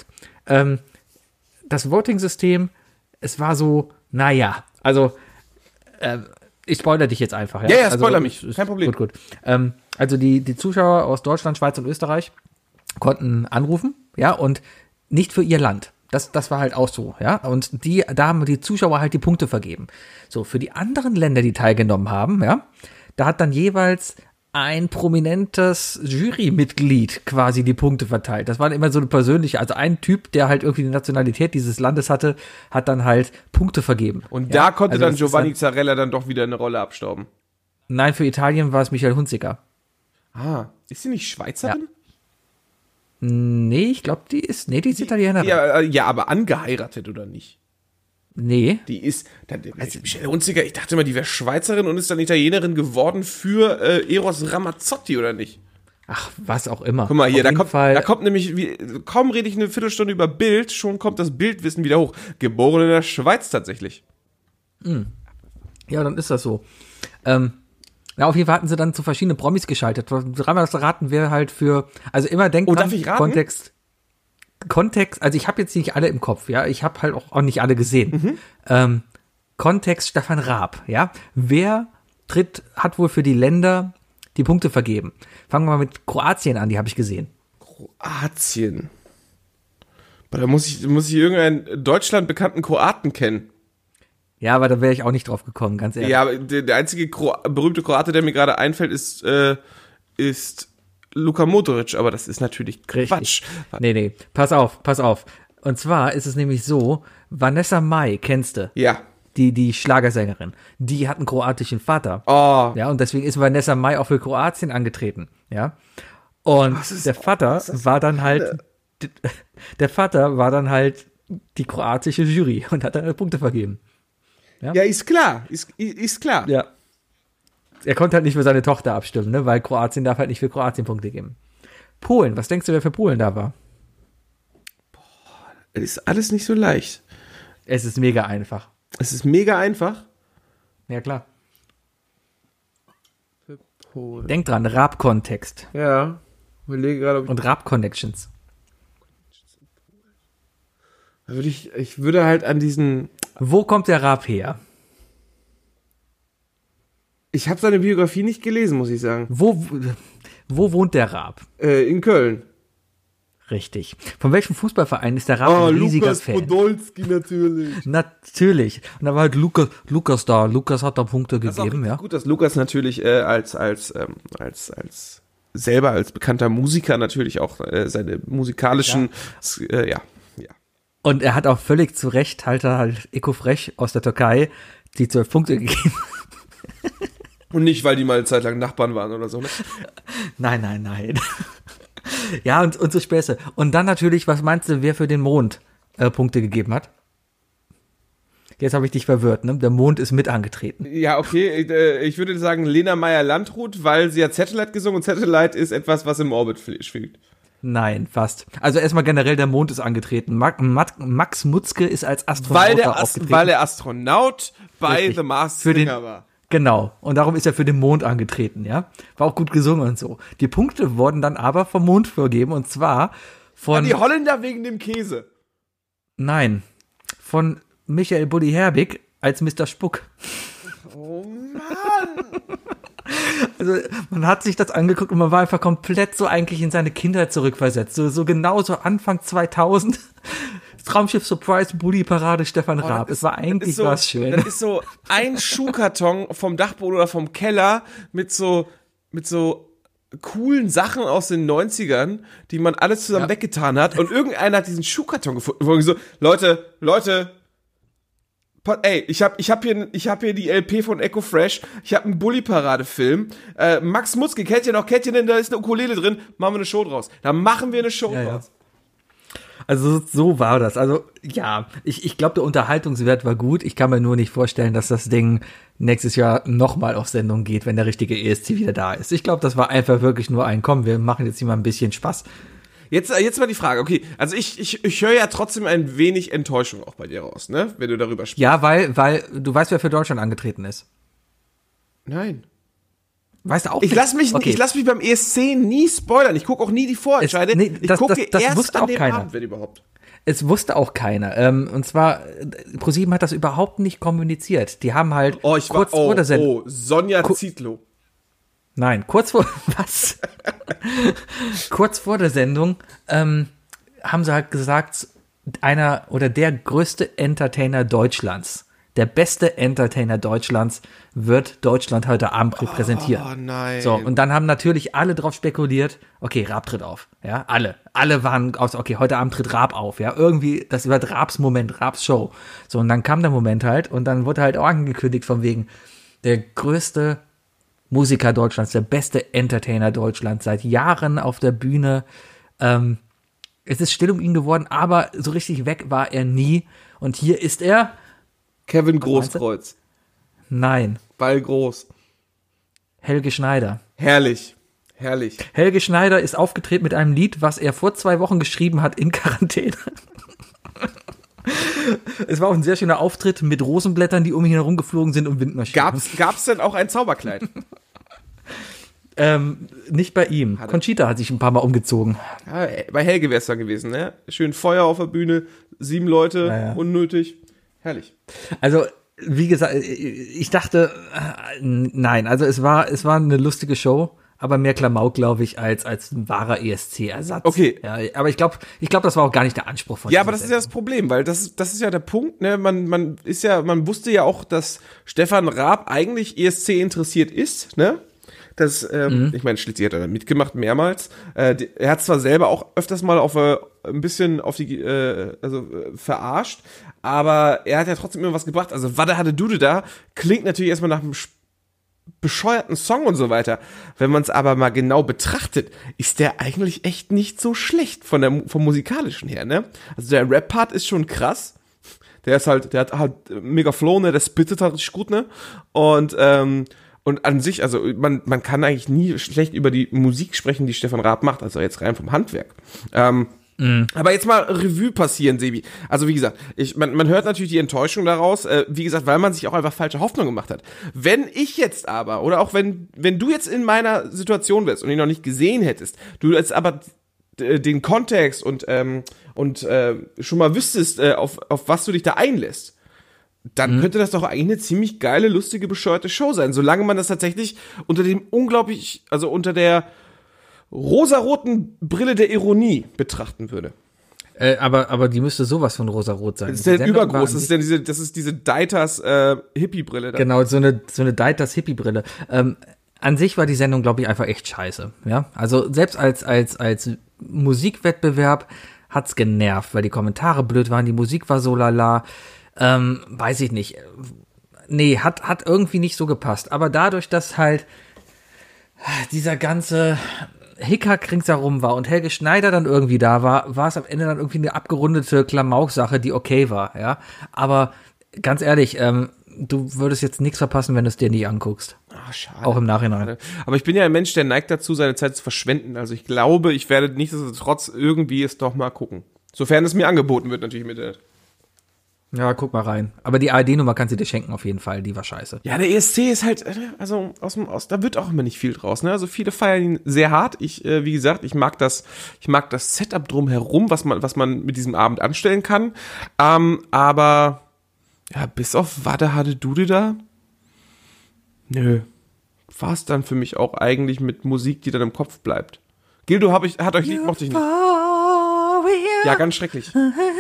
das Voting-System, es war so, naja, also Ich spoilere dich jetzt einfach. Ja, ja, spoiler mich. Kein Problem. Gut. Also die Zuschauer aus Deutschland, Schweiz und Österreich konnten anrufen, ja, und nicht für ihr Land. Das war halt auch so, ja. Und da haben die Zuschauer halt die Punkte vergeben. So, für die anderen Länder, die teilgenommen haben, ja, da hat dann jeweils ein prominentes Jurymitglied quasi die Punkte verteilt. Das war immer so eine persönliche, also ein Typ, der halt irgendwie die Nationalität dieses Landes hatte, hat dann halt Punkte vergeben. Und da konnte dann Giovanni Zarella dann doch wieder eine Rolle abstauben. Nein, für Italien war es Michael Hunziker. Ah, ist sie nicht Schweizerin? Ja. Nee, ich glaube, die ist Italienerin. Ja, aber angeheiratet oder nicht? Nee. Die ist, also Michelle Hunziker, ich dachte immer, die wäre Schweizerin und ist dann Italienerin geworden für Eros Ramazzotti, oder nicht? Ach, was auch immer. Guck mal hier, da kommt nämlich, kaum rede ich eine Viertelstunde über Bild, schon kommt das Bildwissen wieder hoch. Geboren in der Schweiz tatsächlich. Ja, dann ist das so. Auf jeden Fall hatten sie dann zu verschiedenen Promis geschaltet. Dreimal das raten wir halt für, also immer denkt darf ich raten? Kontext, also ich habe jetzt nicht alle im Kopf, ja, ich habe halt auch nicht alle gesehen. Kontext Stefan Raab, ja. Wer hat wohl für die Länder die Punkte vergeben? Fangen wir mal mit Kroatien an, die habe ich gesehen. Kroatien. Da muss ich irgendeinen Deutschland bekannten Kroaten kennen. Ja, aber da wäre ich auch nicht drauf gekommen, ganz ehrlich. Ja, aber der einzige berühmte Kroate, der mir gerade einfällt, ist Luka Modric, aber das ist natürlich Quatsch. Nee, pass auf. Und zwar ist es nämlich so, Vanessa Mai, kennst du? Ja. Die Schlagersängerin, die hat einen kroatischen Vater. Oh. Ja, und deswegen ist Vanessa Mai auch für Kroatien angetreten, ja. Und der Vater war dann halt die kroatische Jury und hat dann Punkte vergeben. Ja, ist klar. Ist klar. Ja. Er konnte halt nicht für seine Tochter abstimmen, ne? Weil Kroatien darf halt nicht für Kroatien Punkte geben. Polen, was denkst du, wer für Polen da war? Boah, das ist alles nicht so leicht. Es ist mega einfach. Es ist mega einfach? Ja, klar. Für Polen. Denk dran, Raab-Kontext. Ja. Überlege gerade, ob ich... Und Raab-Connections. Ich würde halt an diesen... Wo kommt der Raab her? Ich habe seine Biografie nicht gelesen, muss ich sagen. Wo wohnt der Raab? In Köln. Richtig. Von welchem Fußballverein ist der Raab ein riesiger Lukas Fan? Podolski natürlich. Natürlich. Und da war halt Lukas da. Lukas hat da Punkte gegeben, ja. Gut, dass Lukas natürlich selber als bekannter Musiker natürlich auch seine musikalischen, ja. Und er hat auch völlig zu Recht halt Eko Fresh aus der Türkei die 12 Punkte gegeben. Und nicht, weil die mal eine Zeit lang Nachbarn waren oder so, ne? Nein. Ja, und so Späße. Und dann natürlich, was meinst du, wer für den Mond Punkte gegeben hat? Jetzt habe ich dich verwirrt, ne? Der Mond ist mit angetreten. Ja, okay. Ich würde sagen Lena Meyer-Landrut, weil sie hat Satellite gesungen und Satellite ist etwas, was im Orbit fliegt. Nein, fast. Also erstmal generell, der Mond ist angetreten. Max Mutzke ist als Astronaut aufgetreten. Weil der Astronaut bei Richtig. The Masked Singer war. Genau. Und darum ist er für den Mond angetreten, ja. War auch gut gesungen und so. Die Punkte wurden dann aber vom Mond vergeben und zwar von... Die Holländer wegen dem Käse. Nein. Von Michael Bulli Herbig als Mr. Spuck. Oh Mann! Also man hat sich das angeguckt und man war einfach komplett so eigentlich in seine Kindheit zurückversetzt. So genau so Anfang 2000. Traumschiff Surprise, Bulli Parade, Stefan Raab. Es war eigentlich was schön. Das ist so ein Schuhkarton vom Dachboden oder vom Keller mit so coolen Sachen aus den 90ern, die man alles zusammen weggetan hat. Und irgendeiner hat diesen Schuhkarton gefunden, wo ich so, Leute, ey, ich hab hier die LP von Eko Fresh, ich hab einen Bulli-Parade-Film, Max Mutzke, kennt ihr denn, da ist eine Ukulele drin, machen wir eine Show draus. Da machen wir eine Show draus. Also so war das. Also ja, ich glaube, der Unterhaltungswert war gut. Ich kann mir nur nicht vorstellen, dass das Ding nächstes Jahr nochmal auf Sendung geht, wenn der richtige ESC wieder da ist. Ich glaube, das war einfach wirklich nur wir machen jetzt hier mal ein bisschen Spaß. Jetzt mal die Frage, okay, also ich höre ja trotzdem ein wenig Enttäuschung auch bei dir raus, ne, wenn du darüber sprichst. Ja, weil du weißt, wer für Deutschland angetreten ist. Nein. Weißt du auch nicht? Ich lass mich beim ESC nie spoilern. Ich gucke auch nie die Vorentscheide. Ich gucke erst wusste an auch dem keiner. Abend, wenn überhaupt. es wusste auch keiner. Und zwar, ProSieben hat das überhaupt nicht kommuniziert. Die haben halt vor der Sendung. Sonja Zietlow. Nein, kurz vor der Sendung haben sie halt gesagt, einer oder der größte Entertainer Deutschlands, der beste Entertainer Deutschlands wird Deutschland heute Abend repräsentieren. Oh nein. So, und dann haben natürlich alle drauf spekuliert, okay, Raab tritt auf. Ja, alle waren aus, okay, heute Abend tritt Raab auf. Ja, irgendwie, das wird Raabs Moment, Raabs Show. So, und dann kam der Moment halt und dann wurde halt auch angekündigt von wegen der größte Musiker Deutschlands, der beste Entertainer Deutschlands, seit Jahren auf der Bühne. Es ist still um ihn geworden, aber so richtig weg war er nie. Und hier ist er. Kevin Großkreuz. Nein. Ball groß. Helge Schneider. Herrlich. Helge Schneider ist aufgetreten mit einem Lied, was er vor 2 Wochen geschrieben hat in Quarantäne. Es war auch ein sehr schöner Auftritt mit Rosenblättern, die um ihn herum geflogen sind und Windmaschinen. Gab's denn auch ein Zauberkleid? Nicht bei ihm. Conchita hat sich ein paar Mal umgezogen. Ja, bei Helge wäre es dann gewesen, ne? Schön Feuer auf der Bühne, 7 Leute, unnötig. Herrlich. Also, wie gesagt, ich dachte, nein, also es war eine lustige Show, aber mehr Klamauk, glaube ich, als ein wahrer ESC-Ersatz. Okay. Ja, aber ich glaube, das war auch gar nicht der Anspruch von Ja, aber das ist ja das Problem, weil das ist ja der Punkt, ne? Man wusste ja auch, dass Stefan Raab eigentlich ESC interessiert ist, ne? Das, ich meine, schließlich hat er mitgemacht, mehrmals. Er hat zwar selber auch öfters mal ein bisschen auf die, verarscht, aber er hat ja trotzdem immer was gebracht. Also, Wadda Hadde Dude da klingt natürlich erstmal nach einem bescheuerten Song und so weiter. Wenn man es aber mal genau betrachtet, ist der eigentlich echt nicht so schlecht vom musikalischen her, ne? Also, der Rap-Part ist schon krass. Der hat halt mega Flow, ne? Der spittet halt richtig gut, ne? Und an sich, also man kann eigentlich nie schlecht über die Musik sprechen, die Stefan Raab macht, also jetzt rein vom Handwerk. Aber jetzt mal Revue passieren, Sebi. Also wie gesagt, man hört natürlich die Enttäuschung daraus, wie gesagt, weil man sich auch einfach falsche Hoffnung gemacht hat. Wenn ich jetzt aber, oder auch wenn du jetzt in meiner Situation wärst und ihn noch nicht gesehen hättest, du jetzt aber den Kontext und schon mal wüsstest, auf was du dich da einlässt, dann könnte das doch eigentlich eine ziemlich geile, lustige, bescheuerte Show sein, solange man das tatsächlich unter der rosaroten Brille der Ironie betrachten würde. Aber die müsste sowas von rosarot sein. Das ist der übergroß, das ist diese Deiters Hippie-Brille da. Genau, so eine Deiters Hippie-Brille. An sich war die Sendung, glaube ich, einfach echt scheiße. Ja, also selbst als Musikwettbewerb hat's genervt, weil die Kommentare blöd waren, die Musik war so lala. Weiß ich nicht. Nee, hat irgendwie nicht so gepasst. Aber dadurch, dass halt dieser ganze Hickhack ringsherum war und Helge Schneider dann irgendwie da war es am Ende dann irgendwie eine abgerundete Klamauk-Sache, die okay war, ja. Aber ganz ehrlich, du würdest jetzt nichts verpassen, wenn du es dir nie anguckst. Ach, schade. Auch im Nachhinein. Aber ich bin ja ein Mensch, der neigt dazu, seine Zeit zu verschwenden. Also ich glaube, ich werde nichtsdestotrotz irgendwie es doch mal gucken. Sofern es mir angeboten wird, natürlich mit der. Ja, guck mal rein. Aber die ARD-Nummer kannst du dir schenken auf jeden Fall, die war scheiße. Ja, der ESC ist halt, also da wird auch immer nicht viel draus, ne? Also viele feiern ihn sehr hart. Wie gesagt, ich mag das Setup drumherum, was man mit diesem Abend anstellen kann. Aber ja, bis auf Wadda Hadde Dude da, nö, war es dann für mich auch eigentlich mit Musik, die dann im Kopf bleibt. Gildo mochte ich nicht. Ja, ganz schrecklich.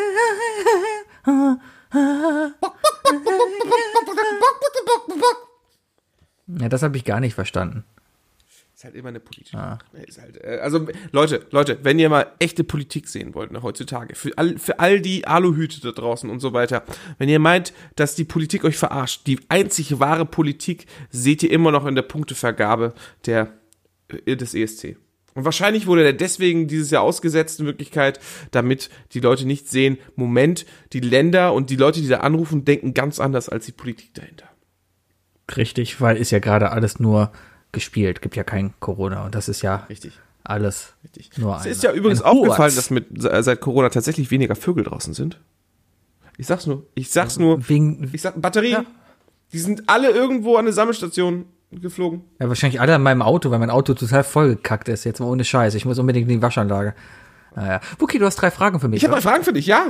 Ja, das habe ich gar nicht verstanden. Ist halt immer eine politische Sache. Ist halt, also Leute, wenn ihr mal echte Politik sehen wollt, ne, heutzutage, für all die Aluhüte da draußen und so weiter, wenn ihr meint, dass die Politik euch verarscht, die einzige wahre Politik seht ihr immer noch in der Punktevergabe des ESC. Und wahrscheinlich wurde der deswegen dieses Jahr ausgesetzt, in Wirklichkeit, damit die Leute nicht sehen, Moment, die Länder und die Leute, die da anrufen, denken ganz anders als die Politik dahinter. Richtig, weil ist ja gerade alles nur gespielt, gibt ja kein Corona und das ist ja richtig. Alles richtig. Nur es ist ja übrigens aufgefallen, dass seit Corona tatsächlich weniger Vögel draußen sind. Ich sag's nur. Batterien, ja. Die sind alle irgendwo an eine Sammelstation geflogen. Ja, wahrscheinlich alle an meinem Auto, weil mein Auto total vollgekackt ist, jetzt mal ohne Scheiß. Ich muss unbedingt in die Waschanlage. Naja. Wookie, du hast 3 Fragen für mich. Ich habe 3 Fragen für dich, ja.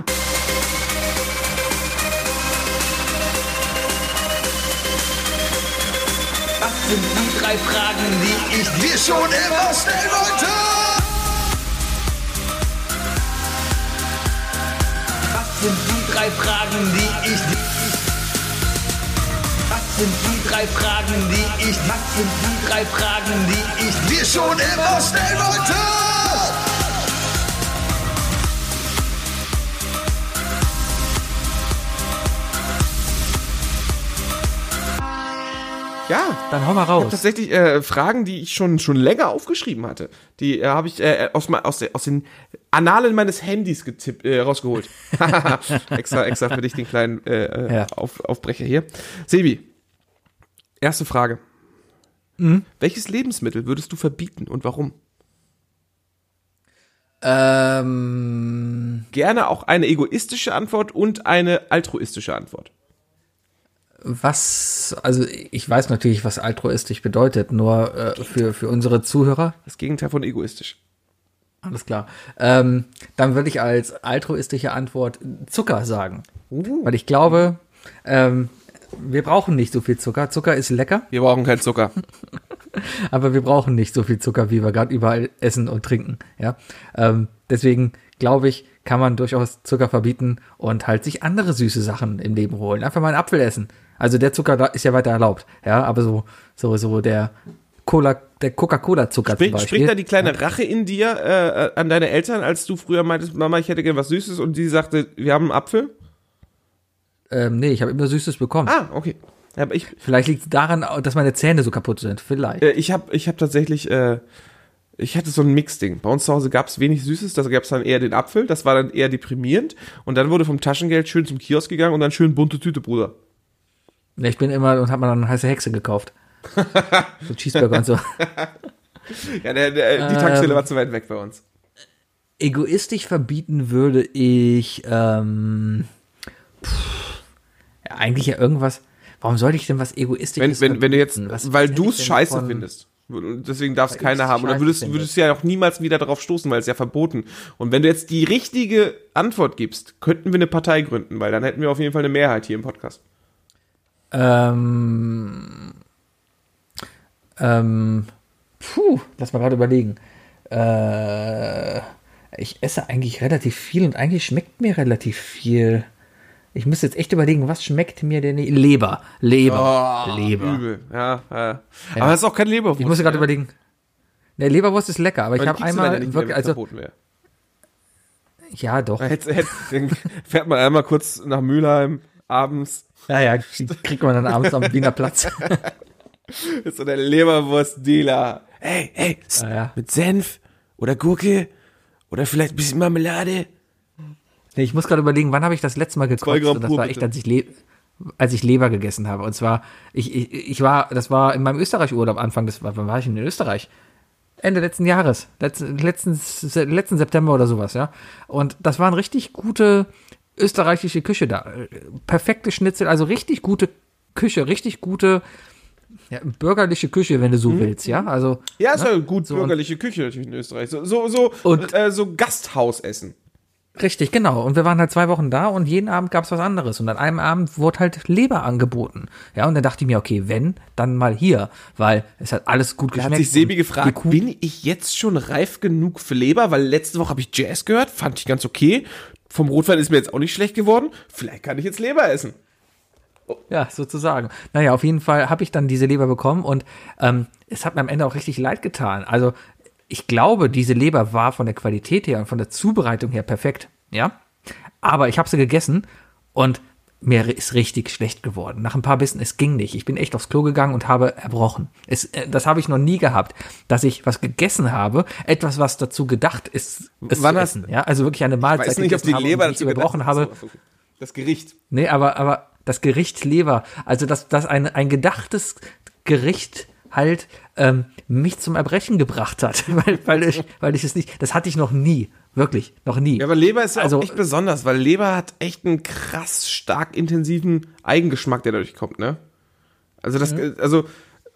Was sind die 3 Fragen, die ich dir schon immer stellen wollte? Was sind die 3 Fragen, die ich dir... Was sind die 3 Fragen, die ich... Was sind die 3 Fragen, die ich dir schon immer stellen wollte? Ja, dann hau mal raus. Ich habe tatsächlich Fragen, die ich schon länger aufgeschrieben hatte. Die habe ich aus den Annalen meines Handys rausgeholt. extra für dich den kleinen Aufbrecher hier. Sebi, erste Frage. Welches Lebensmittel würdest du verbieten und warum? Gerne auch eine egoistische Antwort und eine altruistische Antwort. Also ich weiß natürlich, was altruistisch bedeutet, nur für unsere Zuhörer. Das Gegenteil von egoistisch. Alles klar. Dann würde ich als altruistische Antwort Zucker sagen. Weil ich glaube, wir brauchen nicht so viel Zucker. Zucker ist lecker. Wir brauchen keinen Zucker. Aber wir brauchen nicht so viel Zucker, wie wir gerade überall essen und trinken. Ja. Deswegen glaube ich, kann man durchaus Zucker verbieten und halt sich andere süße Sachen im Leben holen. Einfach mal einen Apfel essen. Also der Zucker ist ja weiter erlaubt. Ja, aber so der Coca-Cola-Zucker zum Beispiel. Springt da die kleine Rache in dir an deine Eltern, als du früher meintest, Mama, ich hätte gern was Süßes und die sagte, wir haben einen Apfel? Nee, ich habe immer Süßes bekommen. Ah, okay. Aber vielleicht liegt es daran, dass meine Zähne so kaputt sind. Vielleicht. Ich hab tatsächlich, ich hatte so ein Mix-Ding. Bei uns zu Hause gab es wenig Süßes, da gab es dann eher den Apfel, das war dann eher deprimierend. Und dann wurde vom Taschengeld schön zum Kiosk gegangen und dann schön bunte Tüte, Bruder. Ja, ich bin immer und hab mir dann eine heiße Hexe gekauft. So Cheeseburger und so. Ja, die Tankstelle war zu weit weg bei uns. Egoistisch verbieten würde ich, eigentlich ja irgendwas. Warum sollte ich denn was Egoistisches wenn du jetzt, weil du es scheiße findest. Deswegen darf es keiner haben. Oder würdest du ja auch niemals wieder darauf stoßen, weil es ja verboten. Und wenn du jetzt die richtige Antwort gibst, könnten wir eine Partei gründen, weil dann hätten wir auf jeden Fall eine Mehrheit hier im Podcast. Lass mal gerade überlegen. Ich esse eigentlich relativ viel und eigentlich schmeckt mir relativ viel. Ich muss jetzt echt überlegen, was schmeckt mir denn? Leber. Übel. Ja. Aber es ist auch kein Leberwurst. Ich muss gerade überlegen. Ne, Leberwurst ist lecker, aber ich habe einmal ja wirklich, also ja, doch. Dann fährt man einmal kurz nach Mülheim abends. Ja, die kriegt man dann abends am Wiener Platz. Ist so der Leberwurst-Dealer. Hey, mit Senf oder Gurke oder vielleicht ein bisschen Marmelade. Nee, ich muss gerade überlegen, wann habe ich das letzte Mal gekotzt? Und das war echt, als ich Leber gegessen habe. Und zwar, das war in meinem Österreich-Urlaub Anfang wann war ich in Österreich? Ende letzten Jahres. Letzten September oder sowas, ja. Und das waren richtig gute österreichische Küche da. Perfekte Schnitzel, also richtig gute Küche, richtig gute bürgerliche Küche, wenn du so willst, ja. Also, ja, ist ja gut, so bürgerliche Küche natürlich in Österreich. So Gasthausessen. Richtig, genau. Und wir waren halt 2 Wochen da und jeden Abend gab's was anderes. Und an einem Abend wurde halt Leber angeboten. Ja, und dann dachte ich mir, okay, wenn, dann mal hier. Weil es hat alles gut geschmeckt. Da hat sich Sebi gefragt, bin ich jetzt schon reif genug für Leber? Weil letzte Woche habe ich Jazz gehört, fand ich ganz okay. Vom Rotwein ist mir jetzt auch nicht schlecht geworden. Vielleicht kann ich jetzt Leber essen. Oh. Ja, sozusagen. Naja, auf jeden Fall habe ich dann diese Leber bekommen und es hat mir am Ende auch richtig leid getan. Also ich glaube, diese Leber war von der Qualität her und von der Zubereitung her perfekt, ja. Aber ich habe sie gegessen und mir ist richtig schlecht geworden. Nach ein paar Bissen, es ging nicht. Ich bin echt aufs Klo gegangen und habe erbrochen. Das habe ich noch nie gehabt, dass ich was gegessen habe, etwas, was dazu gedacht ist, es zu essen. Ja, also wirklich eine Mahlzeit. Ich weiß nicht, ob die Leber dazu gebrochen habe. Das Gericht. Nee, aber das Gericht Leber, also dass ein gedachtes Gericht halt mich zum Erbrechen gebracht hat, weil ich es nicht, das hatte ich noch nie, wirklich, noch nie. Ja, aber Leber ist ja auch echt besonders, weil Leber hat echt einen krass stark intensiven Eigengeschmack, der dadurch kommt, ne? Also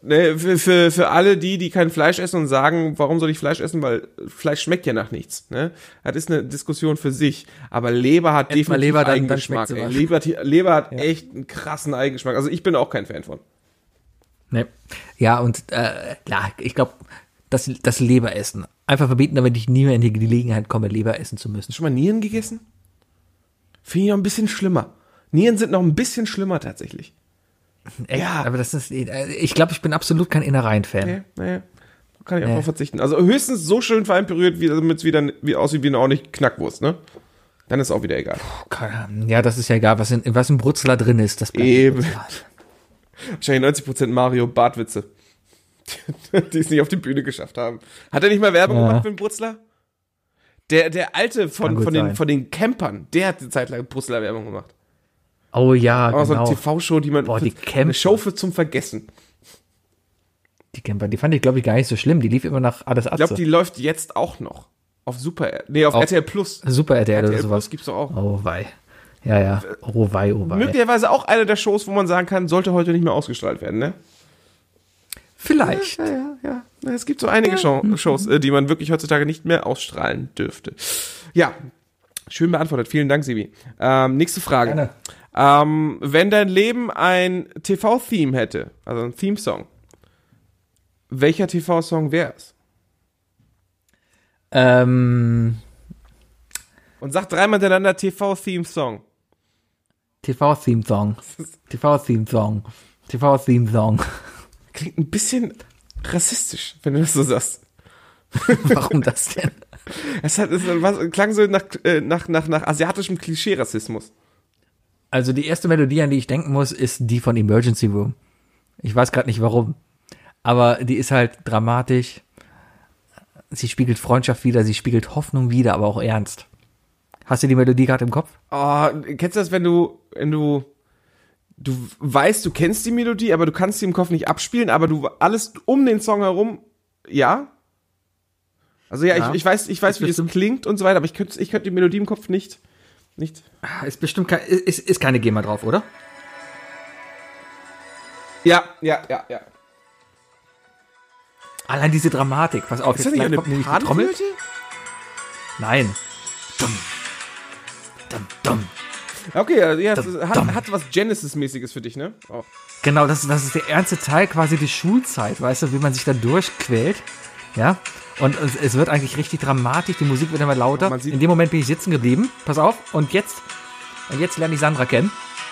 Ne, für alle die kein Fleisch essen und sagen, warum soll ich Fleisch essen, weil Fleisch schmeckt ja nach nichts, ne? Das ist eine Diskussion für sich, aber Leber hat definitiv Leber, Eigengeschmack. Dann Leber hat echt einen krassen Eigengeschmack. Also ich bin auch kein Fan von. Ne. Ja, und klar, ich glaube, das Leberessen einfach verbieten, damit ich nie mehr in die Gelegenheit komme, Leber essen zu müssen. Hast du schon mal Nieren gegessen? Finde ich noch ein bisschen schlimmer. Nieren sind noch ein bisschen schlimmer tatsächlich. Echt? Ja. Aber das ist, ich glaube, ich bin absolut kein Innereien-Fan. Nee. Kann ich auch drauf verzichten. Also höchstens so schön fein püriert, damit es wieder aussieht wie eine ordentliche Knackwurst, ne? Dann ist auch wieder egal. Ja, das ist ja egal, was in Brutzler drin ist. Das bleibt eben. Wahrscheinlich 90% Mario Bartwitze, die es nicht auf die Bühne geschafft haben. Hat er nicht mal Werbung gemacht für den Brutzler? Der alte von den Campern, der hat eine Zeit lang Brutzler Werbung gemacht. Oh ja, genau. So eine TV-Show, die man eine Show für zum Vergessen. Die Camper, die fand ich, glaube ich, gar nicht so schlimm. Die lief immer nach Alles Atze. Ich glaube, die läuft jetzt auch noch. Auf RTL Plus. Super RTL oder sowas. Plus gibt's doch auch. Oh wei. Ja. Oh wei. Möglicherweise auch eine der Shows, wo man sagen kann, sollte heute nicht mehr ausgestrahlt werden, ne? Vielleicht. Ja. Es gibt so einige Shows, die man wirklich heutzutage nicht mehr ausstrahlen dürfte. Ja, schön beantwortet. Vielen Dank, Sibi. Nächste Frage. Gerne. Wenn dein Leben ein TV-Theme hätte, also ein Theme-Song, welcher TV-Song wäre es? Und sag dreimal hintereinander TV-Theme-Song. TV-Theme-Song. Klingt ein bisschen rassistisch, wenn du das so sagst. Warum das denn? Es klang so nach asiatischem Klischee-Rassismus. Also die erste Melodie, an die ich denken muss, ist die von Emergency Room. Ich weiß gerade nicht warum. Aber die ist halt dramatisch. Sie spiegelt Freundschaft wider, sie spiegelt Hoffnung wider, aber auch ernst. Hast du die Melodie gerade im Kopf? Oh, kennst du das, wenn du weißt, du kennst die Melodie, aber du kannst sie im Kopf nicht abspielen, aber du alles um den Song herum, ja? Also ja. Ich weiß, wie das klingt und so weiter, aber ich könnte die Melodie im Kopf nicht. Ist bestimmt ist keine GEMA drauf, oder? Ja. Allein diese Dramatik, pass auf, ist jetzt gleich kommt nämlich die Trommel. Nein. Dumm. Okay, ja, das hat was Genesis-mäßiges für dich, ne? Oh. Genau, das ist der ernste Teil quasi die Schulzeit, weißt du, wie man sich da durchquält, ja? Und es wird eigentlich richtig dramatisch, die Musik wird immer lauter. In dem Moment bin ich sitzen geblieben, pass auf, und jetzt lerne ich Sandra kennen.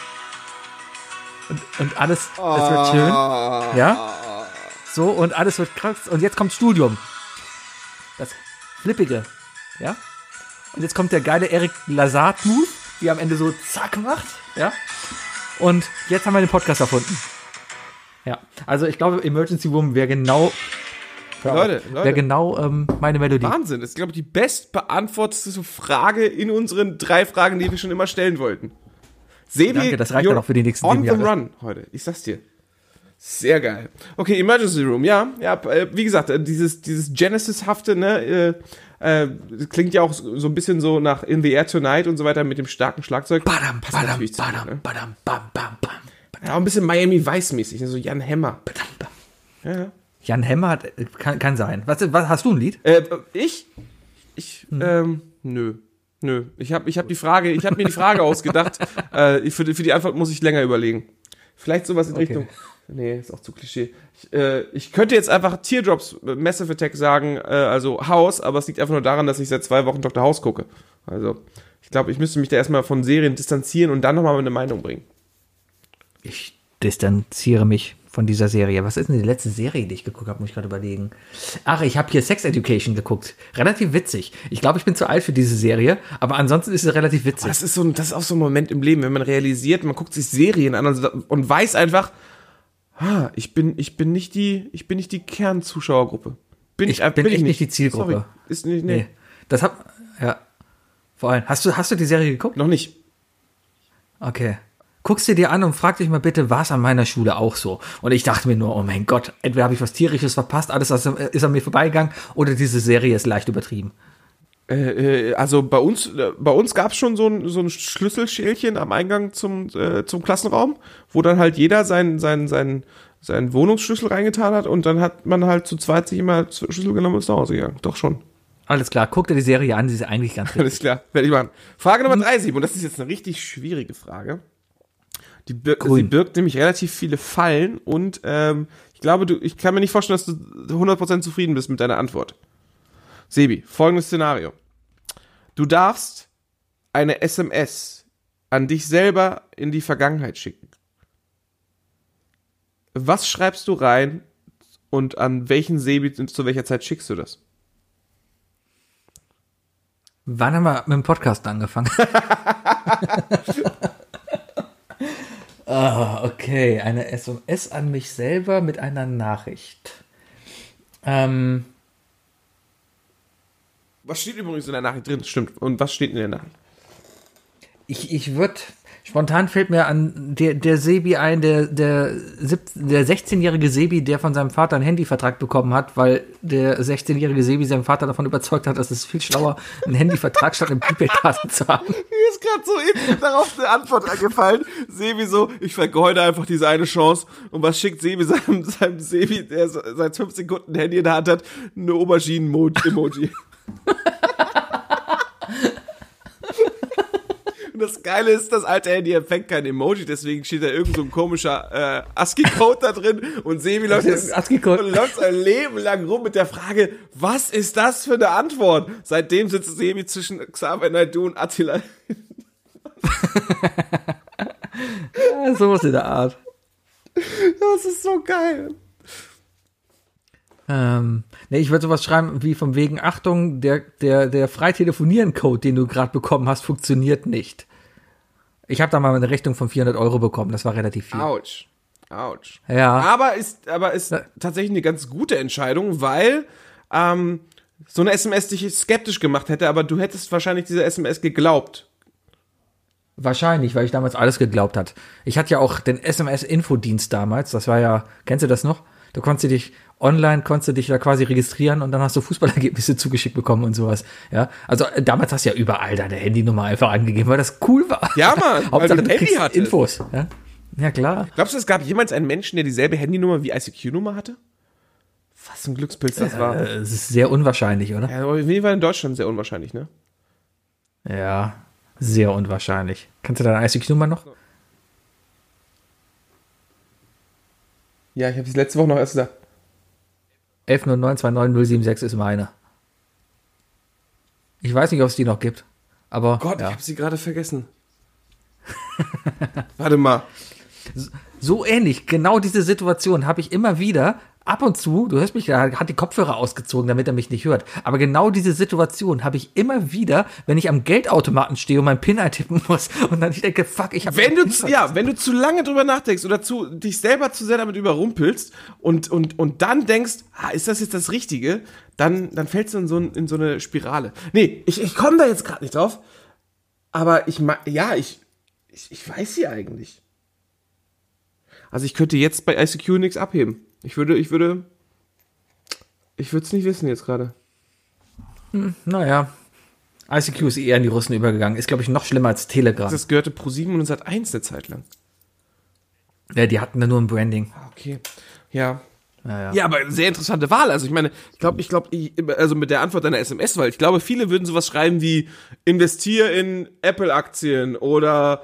Und alles, es wird schön, ja? So, und alles wird krass, und jetzt kommt Studium. Das Flippige, ja? Und jetzt kommt der geile Eric Lazard-Move, die am Ende so zack macht, ja? Und jetzt haben wir den Podcast erfunden. Ja, also ich glaube, Emergency Room wäre genau... Leute. Wäre genau meine Melodie. Wahnsinn, das ist, glaube ich, die bestbeantwortete Frage in unseren 3 Fragen, die wir schon immer stellen wollten. Sebi, danke, das reicht dann auch für die nächsten 7 Jahre. On the run heute, ich sag's dir. Sehr geil. Okay, Emergency Room, ja, wie gesagt, dieses Genesis-hafte, ne, klingt ja auch so ein bisschen so nach In the Air Tonight und so weiter mit dem starken Schlagzeug. Badam. Ja, auch ein bisschen Miami Vice-mäßig, so Jan Hemmer. Ja. Jan Hemmer kann sein. Was hast du ein Lied? Ich? Nö. Ich habe mir die Frage ausgedacht. Für die Antwort muss ich länger überlegen. Vielleicht sowas in Richtung. Nee, ist auch zu Klischee. Ich könnte jetzt einfach Teardrops Massive Attack sagen, also House, aber es liegt einfach nur daran, dass ich seit 2 Wochen Dr. House gucke. Also, ich glaube, ich müsste mich da erstmal von Serien distanzieren und dann nochmal eine Meinung bringen. Ich distanziere mich von dieser Serie. Was ist denn die letzte Serie, die ich geguckt habe? Muss ich gerade überlegen. Ach, ich habe hier Sex Education geguckt. Relativ witzig. Ich glaube, ich bin zu alt für diese Serie, aber ansonsten ist es relativ witzig. Das ist auch so ein Moment im Leben, wenn man realisiert, man guckt sich Serien an und weiß einfach, ich bin nicht die Kernzuschauergruppe. Bin ich nicht die Zielgruppe. Sorry. Ist nicht, nee. Vor allem, hast du die Serie geguckt? Noch nicht. Okay. Guckst du dir an und frag dich mal bitte, war es an meiner Schule auch so? Und ich dachte mir nur, oh mein Gott, entweder habe ich was Tierisches verpasst, alles ist an mir vorbeigegangen, oder diese Serie ist leicht übertrieben. Also bei uns gab es schon so ein Schlüsselschälchen am Eingang zum Klassenraum, wo dann halt jeder sein seinen Wohnungsschlüssel reingetan hat und dann hat man halt zu zweit sich immer Schlüssel genommen und ist nach Hause gegangen. Doch schon. Alles klar, guck dir die Serie an, sie ist eigentlich ganz richtig. Alles klar, werde ich machen. Frage Nummer 3, Simon, und das ist jetzt eine richtig schwierige Frage. Sie birgt nämlich relativ viele Fallen und ich glaube, ich kann mir nicht vorstellen, dass du 100% zufrieden bist mit deiner Antwort. Sebi, folgendes Szenario. Du darfst eine SMS an dich selber in die Vergangenheit schicken. Was schreibst du rein und an welchen Sebi zu welcher Zeit schickst du das? Wann haben wir mit dem Podcast angefangen? Okay, eine SMS an mich selber mit einer Nachricht. Was steht übrigens in der Nachricht drin? Stimmt. Und was steht in der Nachricht? Ich würde, spontan fällt mir an der Sebi ein, der 16-jährige Sebi, der von seinem Vater einen Handyvertrag bekommen hat, weil der 16-jährige Sebi seinen Vater davon überzeugt hat, dass es viel schlauer einen Handyvertrag statt eine Prepaid-Karte zu haben. Mir ist gerade so eben darauf eine Antwort eingefallen. Sebi so, ich vergeude einfach diese eine Chance. Und was schickt Sebi seinem Sebi, der seit 5 Sekunden ein Handy in der Hand hat? Eine Auberginen-Emoji. Und das Geile ist, das alte Handy empfängt kein Emoji, deswegen steht da irgend so ein komischer ASCII-Code da drin und Sebi läuft sein Leben lang rum mit der Frage, was ist das für eine Antwort? Seitdem sitzt Sebi zwischen Xavier Naidoo und Attila. Ja, sowas in der Art. Das ist so geil. Ich würde sowas schreiben wie von wegen, Achtung, der Freitelefonieren-Code, den du gerade bekommen hast, funktioniert nicht. Ich habe da mal eine Rechnung von 400 € bekommen, das war relativ viel. Autsch. Ja. Aber ist tatsächlich eine ganz gute Entscheidung, weil so eine SMS dich skeptisch gemacht hätte, aber du hättest wahrscheinlich dieser SMS geglaubt. Wahrscheinlich, weil ich damals alles geglaubt hat. Ich hatte ja auch den SMS-Infodienst damals, das war ja, kennst du das noch? Du konntest dich da quasi registrieren und dann hast du Fußballergebnisse zugeschickt bekommen und sowas. Ja, also damals hast du ja überall deine Handynummer einfach angegeben, weil das cool war. Ja, Mann, Hauptsache du Handy hattest Infos. Ja, klar. Glaubst du, es gab jemals einen Menschen, der dieselbe Handynummer wie ICQ-Nummer hatte? Was ein Glückspilz das war. Es ist sehr unwahrscheinlich, oder? Ja, auf jeden Fall in Deutschland sehr unwahrscheinlich, ne? Ja, sehr unwahrscheinlich. Kannst du deine ICQ-Nummer noch? Ja, ich habe es letzte Woche noch erst gesagt. 1109299076 ist meine. Ich weiß nicht, ob es die noch gibt, aber Gott, ja. Ich habe sie gerade vergessen. Warte mal. So ähnlich, genau diese Situation habe ich immer wieder, ab und zu, du hörst mich, er hat die Kopfhörer ausgezogen, damit er mich nicht hört, aber genau diese Situation habe ich immer wieder, wenn ich am Geldautomaten stehe und meinen PIN eintippen muss und dann ich denke, fuck, ich habe wenn du zu lange drüber nachdenkst oder dich selber zu sehr damit überrumpelst und dann denkst, ist das jetzt das Richtige, dann fällst du in so eine Spirale. Nee, ich komme da jetzt gerade nicht drauf, aber ich weiß sie eigentlich. Also ich könnte jetzt bei ICQ nichts abheben. Ich würde es nicht wissen jetzt gerade. Naja. ICQ ist eher in die Russen übergegangen. Ist, glaube ich, noch schlimmer als Telegram. Das gehörte ProSieben und Sat.1 eine Zeit lang. Ja, die hatten da nur ein Branding. Okay. Ja. Ja. Ja, aber eine sehr interessante Wahl. Also ich meine, also mit der Antwort deiner SMS, weil ich glaube, viele würden sowas schreiben wie investier in Apple-Aktien oder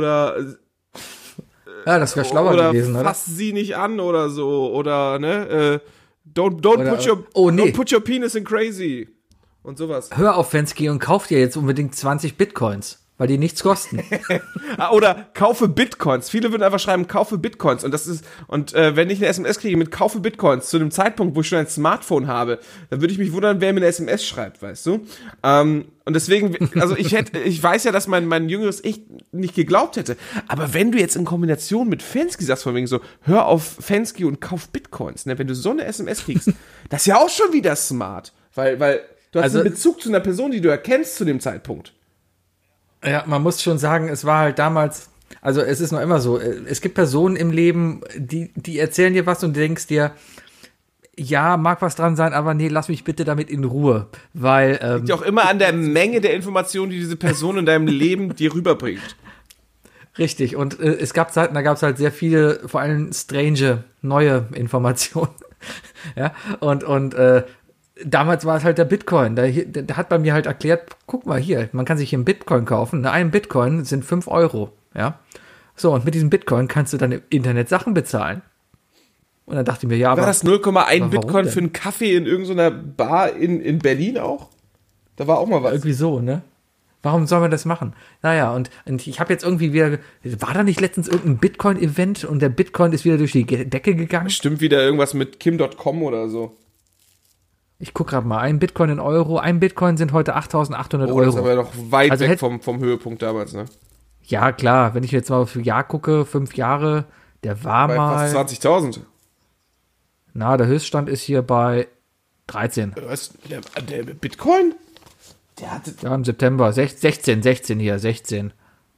ja, das wäre schlauer gewesen, oder? Fass sie nicht an oder so. Oder, ne? Don't put your penis in crazy. Und sowas. Hör auf, Fensky, und kauf dir jetzt unbedingt 20 Bitcoins, weil die nichts kosten. Oder kaufe Bitcoins. Viele würden einfach schreiben, kaufe Bitcoins. Und wenn ich eine SMS kriege mit kaufe Bitcoins zu einem Zeitpunkt, wo ich schon ein Smartphone habe, dann würde ich mich wundern, wer mir eine SMS schreibt, weißt du? Und deswegen, also ich weiß ja, dass mein jüngeres Ich nicht geglaubt hätte. Aber wenn du jetzt in Kombination mit Fensky sagst, von wegen so, hör auf Fensky und kauf Bitcoins, ne? Wenn du so eine SMS kriegst, das ist ja auch schon wieder smart. Weil du hast einen Bezug zu einer Person, die du erkennst zu dem Zeitpunkt. Ja, man muss schon sagen, es war halt damals, also es ist noch immer so, es gibt Personen im Leben, die erzählen dir was und du denkst dir, ja, mag was dran sein, aber nee, lass mich bitte damit in Ruhe, weil liegt ja auch immer an der Menge der Informationen, die diese Person in deinem Leben dir rüberbringt. Richtig, und da gab es halt sehr viele, vor allem strange, neue Informationen. Ja, und damals war es halt der Bitcoin. Der hat bei mir halt erklärt, guck mal hier, man kann sich hier einen Bitcoin kaufen. Ein Bitcoin sind 5 Euro. Ja, so, und mit diesem Bitcoin kannst du dann im Internet Sachen bezahlen. Und dann dachte ich mir, ja, aber... War das 0,1 Bitcoin für einen Kaffee in irgendeiner Bar in Berlin auch? Da war auch mal was. Irgendwie so, ne? Warum soll man das machen? Naja, und ich habe jetzt irgendwie wieder... War da nicht letztens irgendein Bitcoin-Event und der Bitcoin ist wieder durch die Decke gegangen? Stimmt wieder irgendwas mit Kim.com oder so. Ich guck gerade mal, ein Bitcoin in Euro. Ein Bitcoin sind heute 8.800 Euro. Das ist aber noch weit weg vom Höhepunkt damals, ne? Ja, klar. Wenn ich jetzt mal für Jahr gucke, 5 Jahre, der war bei mal... fast 20.000. Na, der Höchststand ist hier bei 13. Was? Der Bitcoin? Der hatte... Ja, im September. 16 hier. 16.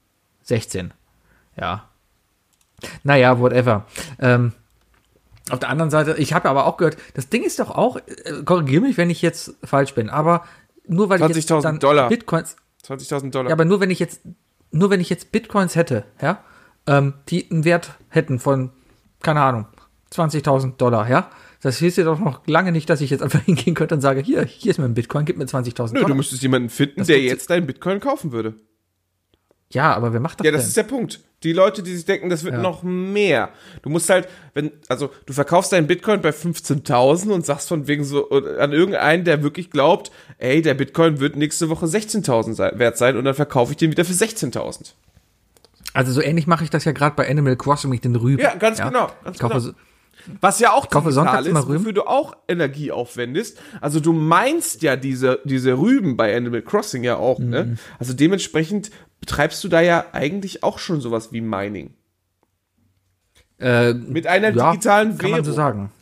Ja. Naja, whatever. Auf der anderen Seite, ich habe aber auch gehört, das Ding ist doch auch, korrigiere mich, wenn ich jetzt falsch bin, aber nur weil ich jetzt dann $20.000. Bitcoins... $20.000. Ja, aber nur wenn ich jetzt Bitcoins hätte, ja, die einen Wert hätten von, keine Ahnung, $20.000, ja, das hieß ja doch noch lange nicht, dass ich jetzt einfach hingehen könnte und sage, hier ist mein Bitcoin, gib mir $20.000. Nö, du müsstest jemanden finden, der jetzt deinen Bitcoin kaufen würde. Ja, aber wer macht das denn? Ja, das ist der Punkt. Die Leute, die sich denken, das wird noch mehr. Du musst halt, du verkaufst deinen Bitcoin bei 15.000 und sagst von wegen so an irgendeinen, der wirklich glaubt, ey, der Bitcoin wird nächste Woche 16.000 wert sein und dann verkaufe ich den wieder für 16.000. Also so ähnlich mache ich das ja gerade bei Animal Crossing mit den Rüben. Ja, ganz genau. Was ja auch digital ist, wofür du auch Energie aufwendest. Also du meinst ja diese Rüben bei Animal Crossing ja auch, ne? Also dementsprechend betreibst du da ja eigentlich auch schon sowas wie Mining. Mit einer digitalen Währung. Kann man so sagen.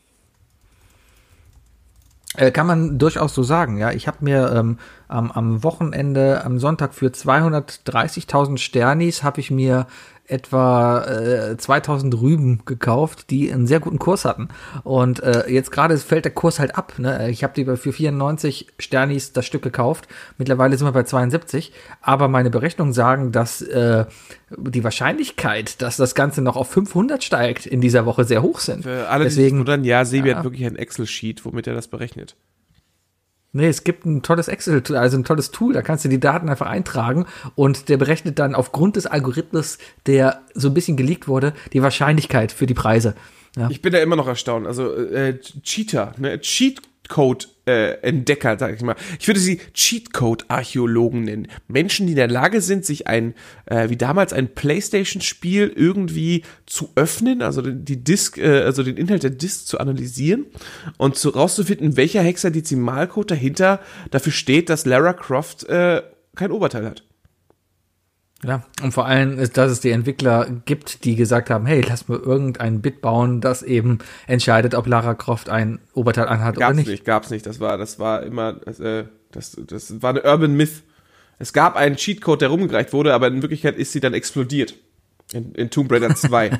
Kann man durchaus so sagen, ja. Ich habe mir am Wochenende, am Sonntag für 230.000 Sternis habe ich mir etwa 2.000 Rüben gekauft, die einen sehr guten Kurs hatten. Und jetzt gerade fällt der Kurs halt ab. Ne? Ich habe die für 94 Sternis das Stück gekauft. Mittlerweile sind wir bei 72. Aber meine Berechnungen sagen, dass die Wahrscheinlichkeit, dass das Ganze noch auf 500 steigt in dieser Woche sehr hoch sind. Für alle, die sich wundern, Sebi hat wirklich ein Excel-Sheet, womit er das berechnet. Nee, es gibt ein tolles Excel-Tool, also ein tolles Tool, da kannst du die Daten einfach eintragen und der berechnet dann aufgrund des Algorithmus, der so ein bisschen geleakt wurde, die Wahrscheinlichkeit für die Preise. Ja. Ich bin da immer noch erstaunt. Also Cheater, ne? Cheatcode-Entdecker, sag ich mal. Ich würde sie Cheatcode-Archäologen nennen. Menschen, die in der Lage sind, sich wie damals ein PlayStation-Spiel irgendwie zu öffnen, also die Disk, also den Inhalt der Disk zu analysieren und rauszufinden, welcher Hexadezimalcode dahinter dafür steht, dass Lara Croft kein Oberteil hat. Ja, und vor allem ist, dass es die Entwickler gibt, die gesagt haben, hey, lass mal irgendein Bit bauen, das eben entscheidet, ob Lara Croft ein Oberteil anhat oder nicht. Gab's nicht. Das war immer, das war eine Urban Myth. Es gab einen Cheatcode, der rumgereicht wurde, aber in Wirklichkeit ist sie dann explodiert. In Tomb Raider 2.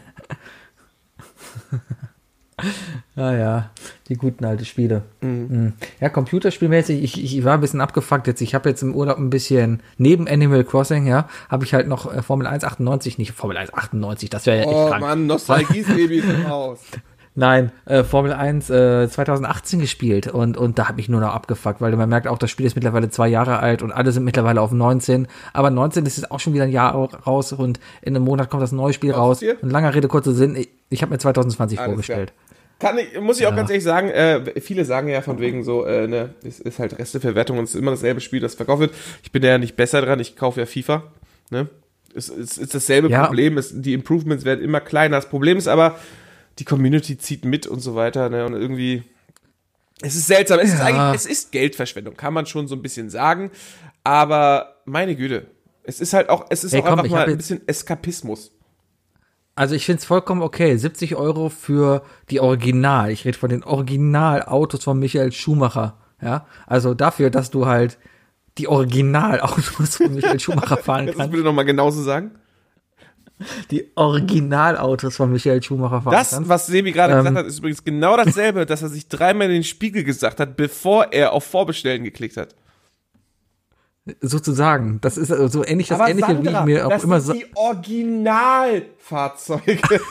Ja, die guten alten Spiele. Ja, computerspielmäßig, ich war ein bisschen abgefuckt jetzt. Ich habe jetzt im Urlaub ein bisschen, neben Animal Crossing, ja, habe ich halt noch Formel 1 98, nicht Formel 1 98, das wäre ja echt krank. Oh Mann, Nostalgie-Baby raus. Nein, Formel 1 2018 gespielt und da habe ich nur noch abgefuckt, weil man merkt auch, das Spiel ist mittlerweile 2 Jahre alt und alle sind mittlerweile auf 19, aber 19 ist jetzt auch schon wieder ein Jahr raus und in einem Monat kommt das neue Spiel raus. Und langer Rede, kurzer Sinn, ich habe mir 2020 vorgestellt. Muss ich auch ganz ehrlich sagen, viele sagen ja von wegen so, es ist halt Resteverwertung und es ist immer dasselbe Spiel, das verkauft wird. Ich bin ja nicht besser dran, ich kaufe ja FIFA, ne? Es ist dasselbe Problem, die Improvements werden immer kleiner. Das Problem ist aber, die Community zieht mit und so weiter, ne? Und irgendwie, es ist seltsam. Es ist Geldverschwendung, kann man schon so ein bisschen sagen. Aber meine Güte, es ist einfach mal ein bisschen Eskapismus. Also ich finde es vollkommen okay, 70 € für die Original, ich rede von den Originalautos von Michael Schumacher, ja, also dafür, dass du halt die Originalautos von Michael Schumacher fahren kannst. Kannst du bitte nochmal genauso sagen? Die Originalautos von Michael Schumacher fahren kannst. Das, was Sebi gerade gesagt hat, ist übrigens genau dasselbe, dass er sich 3-mal in den Spiegel gesagt hat, bevor er auf Vorbestellen geklickt hat. Sozusagen. Das ist so ähnlich, das Ähnliche, Sandra, wie ich mir auch immer so. Das sind die Originalfahrzeuge.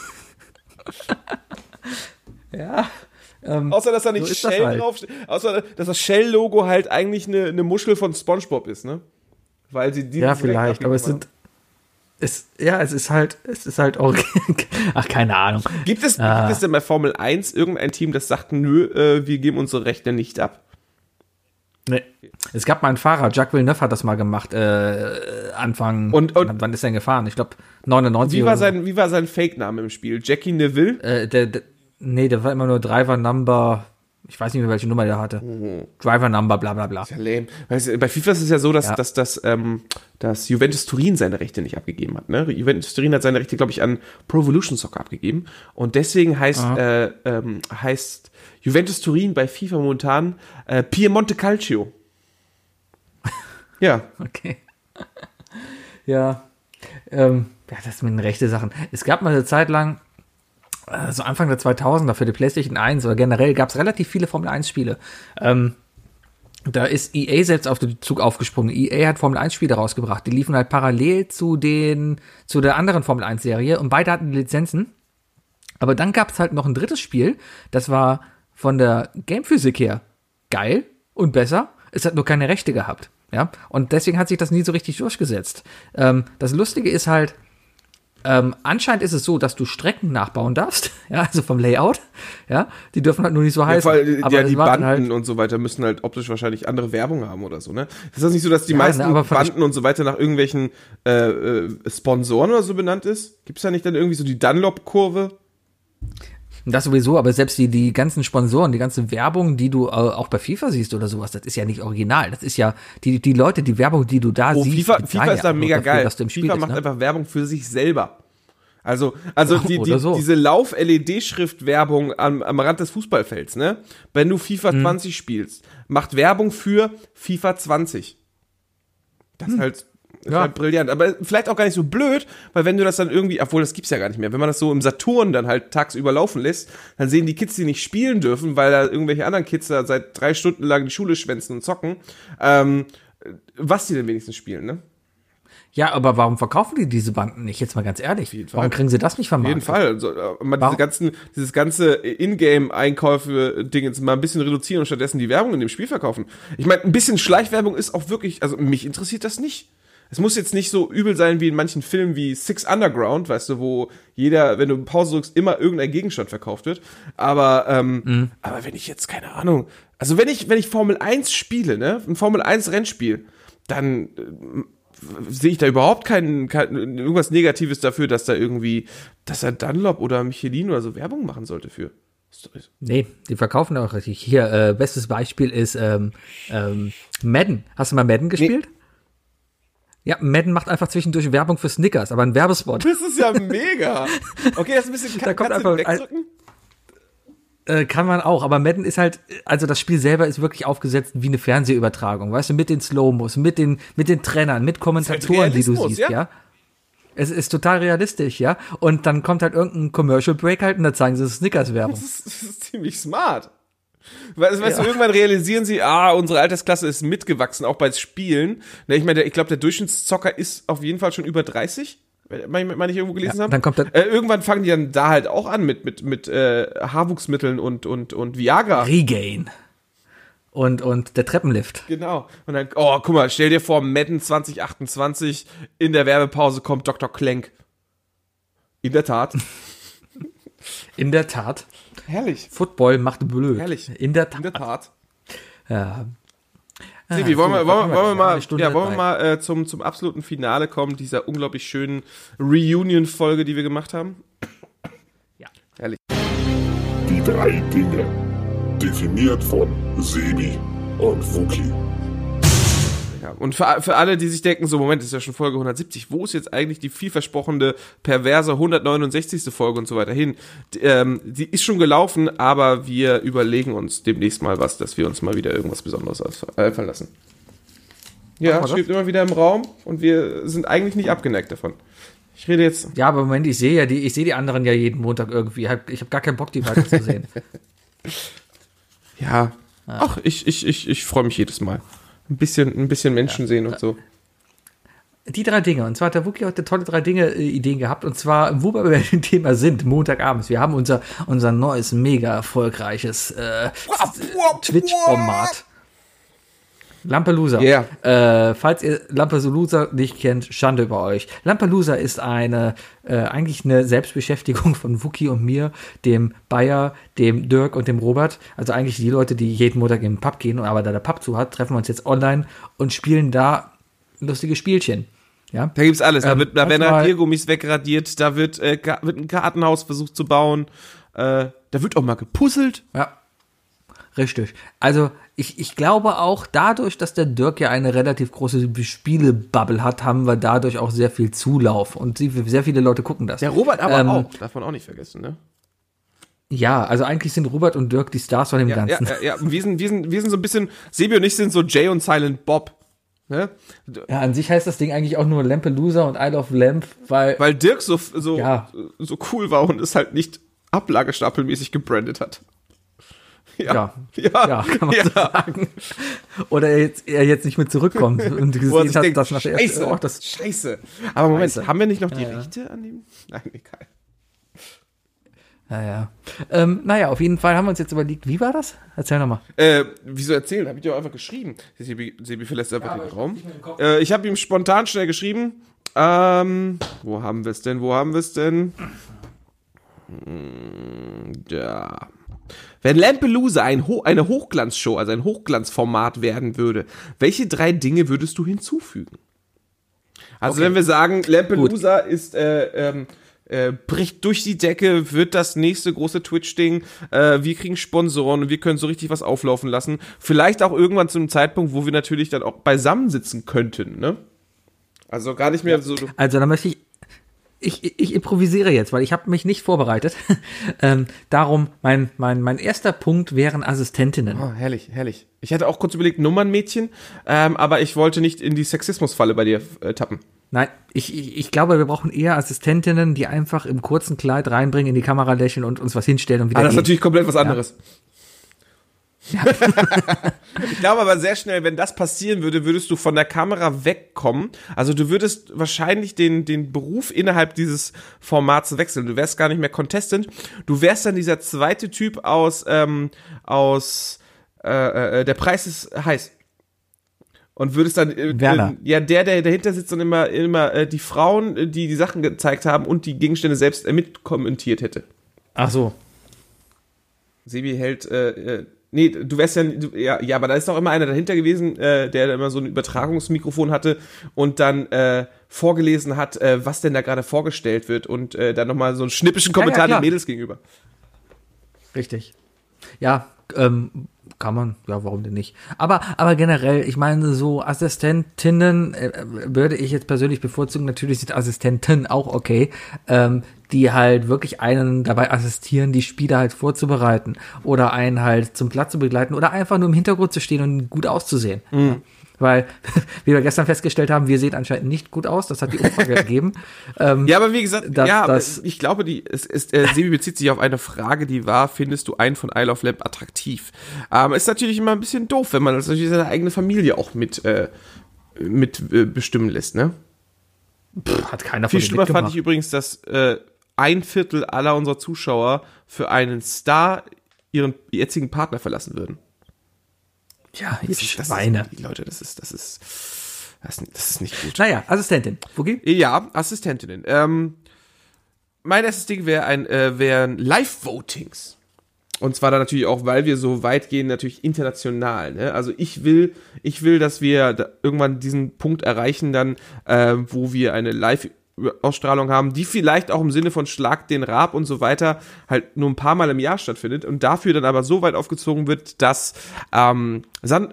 Ja. Außer, dass da nicht so Shell draufsteht. Außer, dass das Shell-Logo halt eigentlich eine Muschel von SpongeBob ist, ne? Weil sie die. Ja, vielleicht, aber es ist halt auch. Ach, keine Ahnung. Gibt es denn bei Formel 1 irgendein Team, das sagt, nö, wir geben unsere Rechte nicht ab? Nee. Es gab mal einen Fahrer, Jacques Villeneuve hat das mal gemacht, Anfang, und wann ist er denn gefahren? Ich glaube 99 wie war sein Fake-Name im Spiel? Jackie Neville? Der war immer nur Driver Number, ich weiß nicht mehr, welche Nummer der hatte. Driver Number, bla bla bla. Das ist ja lame. Weißt du, bei FIFA ist es ja so, dass Juventus Turin seine Rechte nicht abgegeben hat. Ne? Juventus Turin hat seine Rechte, glaube ich, an Pro Evolution Soccer abgegeben. Und deswegen heißt Juventus Turin bei FIFA momentan Piemonte Calcio. Ja. Okay. Ja. Das sind rechte Sachen. Es gab mal eine Zeit lang, so Anfang der 2000er für die PlayStation 1 oder generell gab es relativ viele Formel-1-Spiele. Da ist EA selbst auf den Zug aufgesprungen. EA hat Formel-1-Spiele rausgebracht. Die liefen halt parallel zu der anderen Formel-1-Serie und beide hatten Lizenzen. Aber dann gab es halt noch ein drittes Spiel, das war von der Gamephysik her geil und besser. Es hat nur keine Rechte gehabt. Ja? Und deswegen hat sich das nie so richtig durchgesetzt. Das Lustige ist halt, anscheinend ist es so, dass du Strecken nachbauen darfst, ja, also vom Layout, ja, die dürfen halt nur nicht so heißen. Aber die Banden halt und so weiter müssen halt optisch wahrscheinlich andere Werbung haben oder so, ne? Ist das nicht so, dass die meisten Banden und so weiter nach irgendwelchen Sponsoren oder so benannt ist? Gibt's da nicht dann irgendwie so die Dunlop-Kurve? Das sowieso, aber selbst die ganzen Sponsoren, die ganze Werbung, die du auch bei FIFA siehst oder sowas, das ist ja nicht original. Das ist ja die Leute, die Werbung, die du da siehst. FIFA ist da mega geil. FIFA macht einfach Werbung für sich selber. Also diese Lauf-LED-Schrift-Werbung am Rand des Fußballfelds, ne? Wenn du FIFA 20 spielst, macht Werbung für FIFA 20. Das ist halt brillant, aber vielleicht auch gar nicht so blöd, weil wenn du das dann irgendwie, obwohl das gibt's ja gar nicht mehr, wenn man das so im Saturn dann halt tagsüber laufen lässt, dann sehen die Kids, die nicht spielen dürfen, weil da irgendwelche anderen Kids da seit 3 Stunden lang die Schule schwänzen und zocken, was die denn wenigstens spielen, ne? Ja, aber warum verkaufen die diese Banden nicht? Jetzt mal ganz ehrlich. Warum kriegen sie das nicht vermarktet? Auf jeden Fall. Also, dieses ganze Ingame-Einkäufe-Ding jetzt mal ein bisschen reduzieren und stattdessen die Werbung in dem Spiel verkaufen. Ich meine, ein bisschen Schleichwerbung ist auch wirklich, also mich interessiert das nicht. Es muss jetzt nicht so übel sein wie in manchen Filmen wie Six Underground, weißt du, wo jeder, wenn du Pause drückst, immer irgendein Gegenstand verkauft wird. Aber wenn ich jetzt, keine Ahnung, also wenn ich Formel 1 spiele, ne, ein Formel 1 Rennspiel, dann sehe ich da überhaupt kein irgendwas Negatives dafür, dass er Dunlop oder Michelin oder so Werbung machen sollte für. Nee, die verkaufen auch richtig. Hier, bestes Beispiel ist Madden. Hast du mal Madden gespielt? Nee. Ja, Madden macht einfach zwischendurch Werbung für Snickers, aber ein Werbespot. Das ist ja mega. Okay, das ist ein bisschen, da kommt einfach wegdrücken? Kann man auch, aber Madden ist halt, also das Spiel selber ist wirklich aufgesetzt wie eine Fernsehübertragung, weißt du, mit den Slow-Mos, mit den Trennern, mit Kommentatoren, halt die du siehst, ja. Es ist total realistisch, ja. Und dann kommt halt irgendein Commercial Break halt und da zeigen sie Snickers-Werbung. Das ist ziemlich smart. Weißt du, irgendwann realisieren sie, unsere Altersklasse ist mitgewachsen, auch bei Spielen. Ich meine, ich glaube, der Durchschnittszocker ist auf jeden Fall schon über 30, meine ich irgendwo gelesen habe. Dann kommt irgendwann fangen die dann da halt auch an mit Haarwuchsmitteln und Viagra. Regain. Und der Treppenlift. Genau. Und dann, guck mal, stell dir vor, Madden 2028, in der Werbepause kommt Dr. Klenk. In der Tat. In der Tat. Herrlich. Football macht blöd. Herrlich. In der Tat. In der Tat. Ja. Sibi, wollen wir mal zum absoluten Finale kommen, dieser unglaublich schönen Reunion-Folge, die wir gemacht haben? Ja. Herrlich. Die 3 Dinge. Definiert von Sebi und Fuki. Ja, und für alle, die sich denken, so Moment, das ist ja schon Folge 170, wo ist jetzt eigentlich die vielversprochene, perverse 169. Folge und so weiter hin? Die ist schon gelaufen, aber wir überlegen uns demnächst mal was, dass wir uns mal wieder irgendwas Besonderes einfallen lassen. Ja, schwebt immer wieder im Raum und wir sind eigentlich nicht abgeneigt davon. Ich rede jetzt... Ja, aber Moment, ich sehe die anderen ja jeden Montag irgendwie. Ich habe gar keinen Bock, die weiter zu sehen. Ja, ach, ich freue mich jedes Mal. ein bisschen Menschen sehen und so. Die 3 Dinge. Und zwar hat der Wookie heute tolle 3 Dinge-Ideen gehabt. Und zwar, wo wir bei dem Thema sind, Montagabends. Wir haben unser neues, mega erfolgreiches Twitch-Format. Lampelusa. Yeah. Falls ihr Lampelusa nicht kennt, Schande über euch. Lampelusa ist eigentlich eine Selbstbeschäftigung von Wookie und mir, dem Bayer, dem Dirk und dem Robert. Also eigentlich die Leute, die jeden Montag in den Pub gehen. Aber da der Pub zu hat, treffen wir uns jetzt online und spielen da lustige Spielchen. Ja? Da gibt's alles. Da werden Radiergummis wegradiert, da wird ein Gartenhaus versucht zu bauen, da wird auch mal gepuzzelt. Ja, richtig. Also ich glaube auch dadurch, dass der Dirk ja eine relativ große Spielebubble hat, haben wir dadurch auch sehr viel Zulauf und sehr viele Leute gucken das. Der Robert aber auch, darf man auch nicht vergessen, ne? Ja, also eigentlich sind Robert und Dirk die Stars von dem Ganzen. Ja. Wir sind so ein bisschen, Sebi und ich sind so Jay und Silent Bob. Ne? Ja, an sich heißt das Ding eigentlich auch nur Lampelusa und Isle of Lamp, weil Dirk so cool war und es halt nicht ablagestapelmäßig gebrandet hat. Ja, kann man so sagen. Oder er jetzt nicht mehr zurückkommt und gesehen hat, dass nach der ersten Scheiße. Aber Moment, haben wir nicht noch die Rechte an dem? Nein, egal. Naja, auf jeden Fall haben wir uns jetzt überlegt, wie war das? Erzähl nochmal. Wieso erzählen? Hab ich dir auch einfach geschrieben. Sebi verlässt einfach den Raum. Ich habe ihm spontan schnell geschrieben. Wo haben wir es denn? Da. Wenn Lampelusa eine Hochglanzshow, also ein Hochglanzformat werden würde, welche 3 Dinge würdest du hinzufügen? Also wenn wir sagen, Lampelusa ist bricht durch die Decke, wird das nächste große Twitch-Ding, wir kriegen Sponsoren und wir können so richtig was auflaufen lassen. Vielleicht auch irgendwann zu einem Zeitpunkt, wo wir natürlich dann auch beisammensitzen könnten, ne? Also gar nicht mehr so... Also da möchte ich improvisiere jetzt, weil ich habe mich nicht vorbereitet. Darum, mein erster Punkt wären Assistentinnen. Oh, herrlich. Ich hatte auch kurz überlegt, Nummernmädchen, aber ich wollte nicht in die Sexismusfalle bei dir tappen. Nein, ich glaube, wir brauchen eher Assistentinnen, die einfach im kurzen Kleid reinbringen, in die Kamera lächeln und uns was hinstellen und wieder das ist natürlich komplett was anderes. Ja. Ich glaube aber sehr schnell, wenn das passieren würde, würdest du von der Kamera wegkommen. Also du würdest wahrscheinlich den Beruf innerhalb dieses Formats wechseln. Du wärst gar nicht mehr Contestant. Du wärst dann dieser zweite Typ aus Der Preis ist heiß. Und würdest dann, der dahinter sitzt und immer die Frauen, die Sachen gezeigt haben und die Gegenstände selbst mitkommentiert hätte. Ach so. Sebi hält, nee, du wärst ja, aber da ist doch immer einer dahinter gewesen, der immer so ein Übertragungsmikrofon hatte und dann vorgelesen hat, was denn da gerade vorgestellt wird und dann nochmal so einen schnippischen Kommentar den Mädels gegenüber. Richtig. Ja, kann man, ja, warum denn nicht? Aber generell, ich meine, so Assistentinnen würde ich jetzt persönlich bevorzugen. Natürlich sind Assistenten auch okay, die halt wirklich einen dabei assistieren, die Spiele halt vorzubereiten oder einen halt zum Platz zu begleiten oder einfach nur im Hintergrund zu stehen und gut auszusehen. Mhm. Weil, wie wir gestern festgestellt haben, wir sehen anscheinend nicht gut aus. Das hat die Umfrage gegeben. Ja, aber wie gesagt, ich glaube, Sebi bezieht sich auf eine Frage, die war, findest du einen von Isle of Lamp attraktiv? Ist natürlich immer ein bisschen doof, wenn man das natürlich seine eigene Familie auch mit bestimmen lässt, ne? Hat keiner von Viel schlimmer fand ich übrigens, dass 1/4 aller unserer Zuschauer für einen Star ihren jetzigen Partner verlassen würden. Ja, ihr Schweine. Leute, das ist nicht gut. Naja, Assistentin. Wookie? Ja, Assistentinnen. Mein erstes Ding wären Live-Votings. Und zwar dann natürlich auch, weil wir so weit gehen, natürlich international. Ne? Also ich will, dass wir da irgendwann diesen Punkt erreichen dann, wo wir eine Live-Ausstrahlung haben, die vielleicht auch im Sinne von Schlag den Raab und so weiter halt nur ein paar Mal im Jahr stattfindet und dafür dann aber so weit aufgezogen wird, dass wie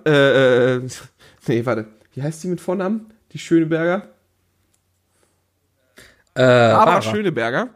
heißt die mit Vornamen? Die Schöneberger? Barbara Schöneberger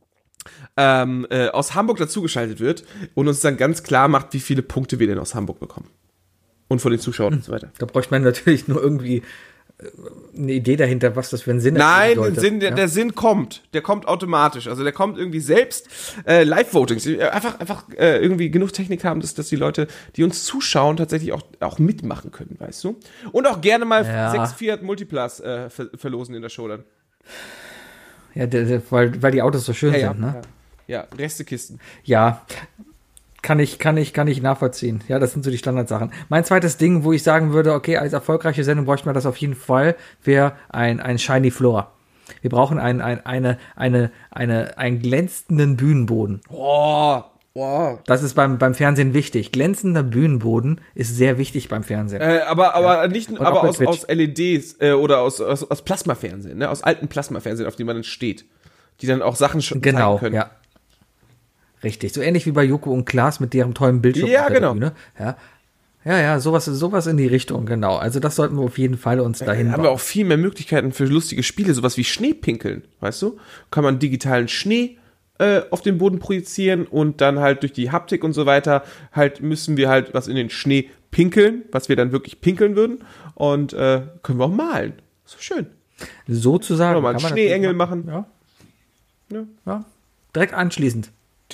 aus Hamburg dazugeschaltet wird und uns dann ganz klar macht, wie viele Punkte wir denn aus Hamburg bekommen. Und von den Zuschauern und so weiter. Da bräuchte man natürlich nur irgendwie eine Idee dahinter, was das für einen Sinn hat. Nein, der Sinn kommt. Der kommt automatisch. Also der kommt irgendwie selbst. Live-Votings. Einfach irgendwie genug Technik haben, dass die Leute, die uns zuschauen, tatsächlich auch mitmachen können, weißt du? Und auch gerne mal 6 Fiat Multiplas verlosen in der Show dann. Ja, weil die Autos so schön sind, ne? Ja, Restekisten. Ja, kann ich nachvollziehen. Ja, das sind so die Standardsachen. Mein zweites Ding, wo ich sagen würde, okay, als erfolgreiche Sendung bräuchten wir das auf jeden Fall, wäre ein Shiny Floor. Wir brauchen einen glänzenden Bühnenboden. Wow. Das ist beim Fernsehen wichtig. Glänzender Bühnenboden ist sehr wichtig beim Fernsehen. Aber aus LEDs oder aus Plasmafernsehen, ne? Aus alten Plasmafernsehen, auf die man dann steht. Die dann auch Sachen schon zeigen können. Ja. Richtig, so ähnlich wie bei Joko und Klaas mit deren tollen Bildschirm auf der Bühne. Ja, sowas in die Richtung, genau. Also das sollten wir auf jeden Fall uns dahin haben wir auch viel mehr Möglichkeiten für lustige Spiele, sowas wie Schneepinkeln, weißt du? Kann man digitalen Schnee auf den Boden projizieren und dann halt durch die Haptik und so weiter müssen wir halt was in den Schnee pinkeln, was wir dann wirklich pinkeln würden und können wir auch malen. So schön. Sozusagen. Kann man einen Schneeengel machen. Ja. Direkt anschließend.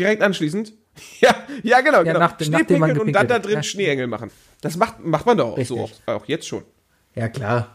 Ja, genau. Schneepinkeln und dann da drin Schneeengel machen. Das macht man doch auch so, auch jetzt schon. Ja, klar.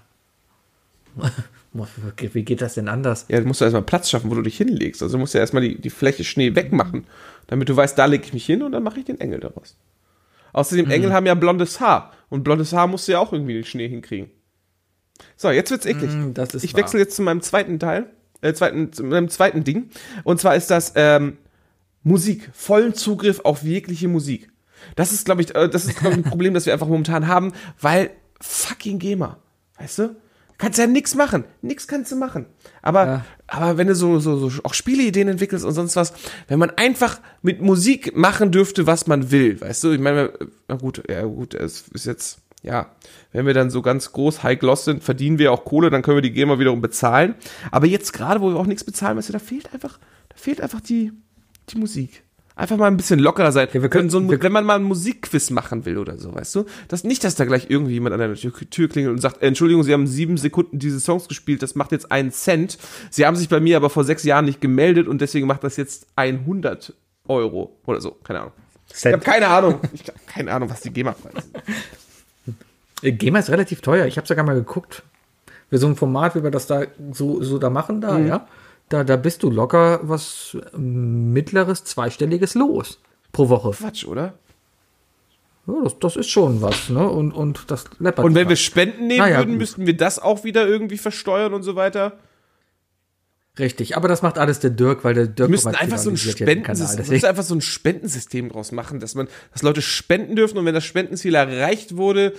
Wie geht das denn anders? Ja, du musst erstmal Platz schaffen, wo du dich hinlegst. Also du musst ja erstmal die Fläche Schnee wegmachen, damit du weißt, da lege ich mich hin und dann mache ich den Engel daraus. Außerdem, Engel haben ja blondes Haar. Und blondes Haar musst du ja auch irgendwie den Schnee hinkriegen. So, jetzt wird's eklig. Ich wechsle jetzt zu meinem zweiten Teil. Zu meinem zweiten Ding. Und zwar ist das Musik. Vollen Zugriff auf jegliche Musik. Das ist, glaube ich, ein Problem, das wir einfach momentan haben, weil fucking GEMA. Weißt du? Kannst ja nichts machen. Nichts kannst du machen. Aber wenn du so auch Spieleideen entwickelst und sonst was, wenn man einfach mit Musik machen dürfte, was man will, weißt du? Ich meine, es ist jetzt, wenn wir dann so ganz groß High Gloss sind, verdienen wir auch Kohle, dann können wir die GEMA wiederum bezahlen. Aber jetzt gerade, wo wir auch nichts bezahlen, weißt du, da fehlt einfach die Musik. Einfach mal ein bisschen lockerer sein. Ja, wenn man mal ein Musikquiz machen will oder so, weißt du? Dass da gleich irgendwie jemand an der Tür klingelt und sagt, Entschuldigung, Sie haben 7 Sekunden diese Songs gespielt, das macht jetzt 1 Cent. Sie haben sich bei mir aber vor 6 Jahren nicht gemeldet und deswegen macht das jetzt 100 Euro oder so. Keine Ahnung. Cent. Ich habe keine Ahnung, was die GEMA-Preise sind. GEMA ist relativ teuer. Ich habe sogar mal geguckt. Für so ein Format, wie wir das da so da machen, ja. Da bist du locker was mittleres, zweistelliges los pro Woche. Quatsch, oder? Ja, das ist schon was, ne? Und das läppert. Und wenn wir Spenden nehmen würden, müssten wir das auch wieder irgendwie versteuern und so weiter? Richtig, aber das macht alles der Dirk, weil der Dirk... Wir müssten einfach so ein Spendensystem draus machen, dass Leute spenden dürfen und wenn das Spendenziel erreicht wurde,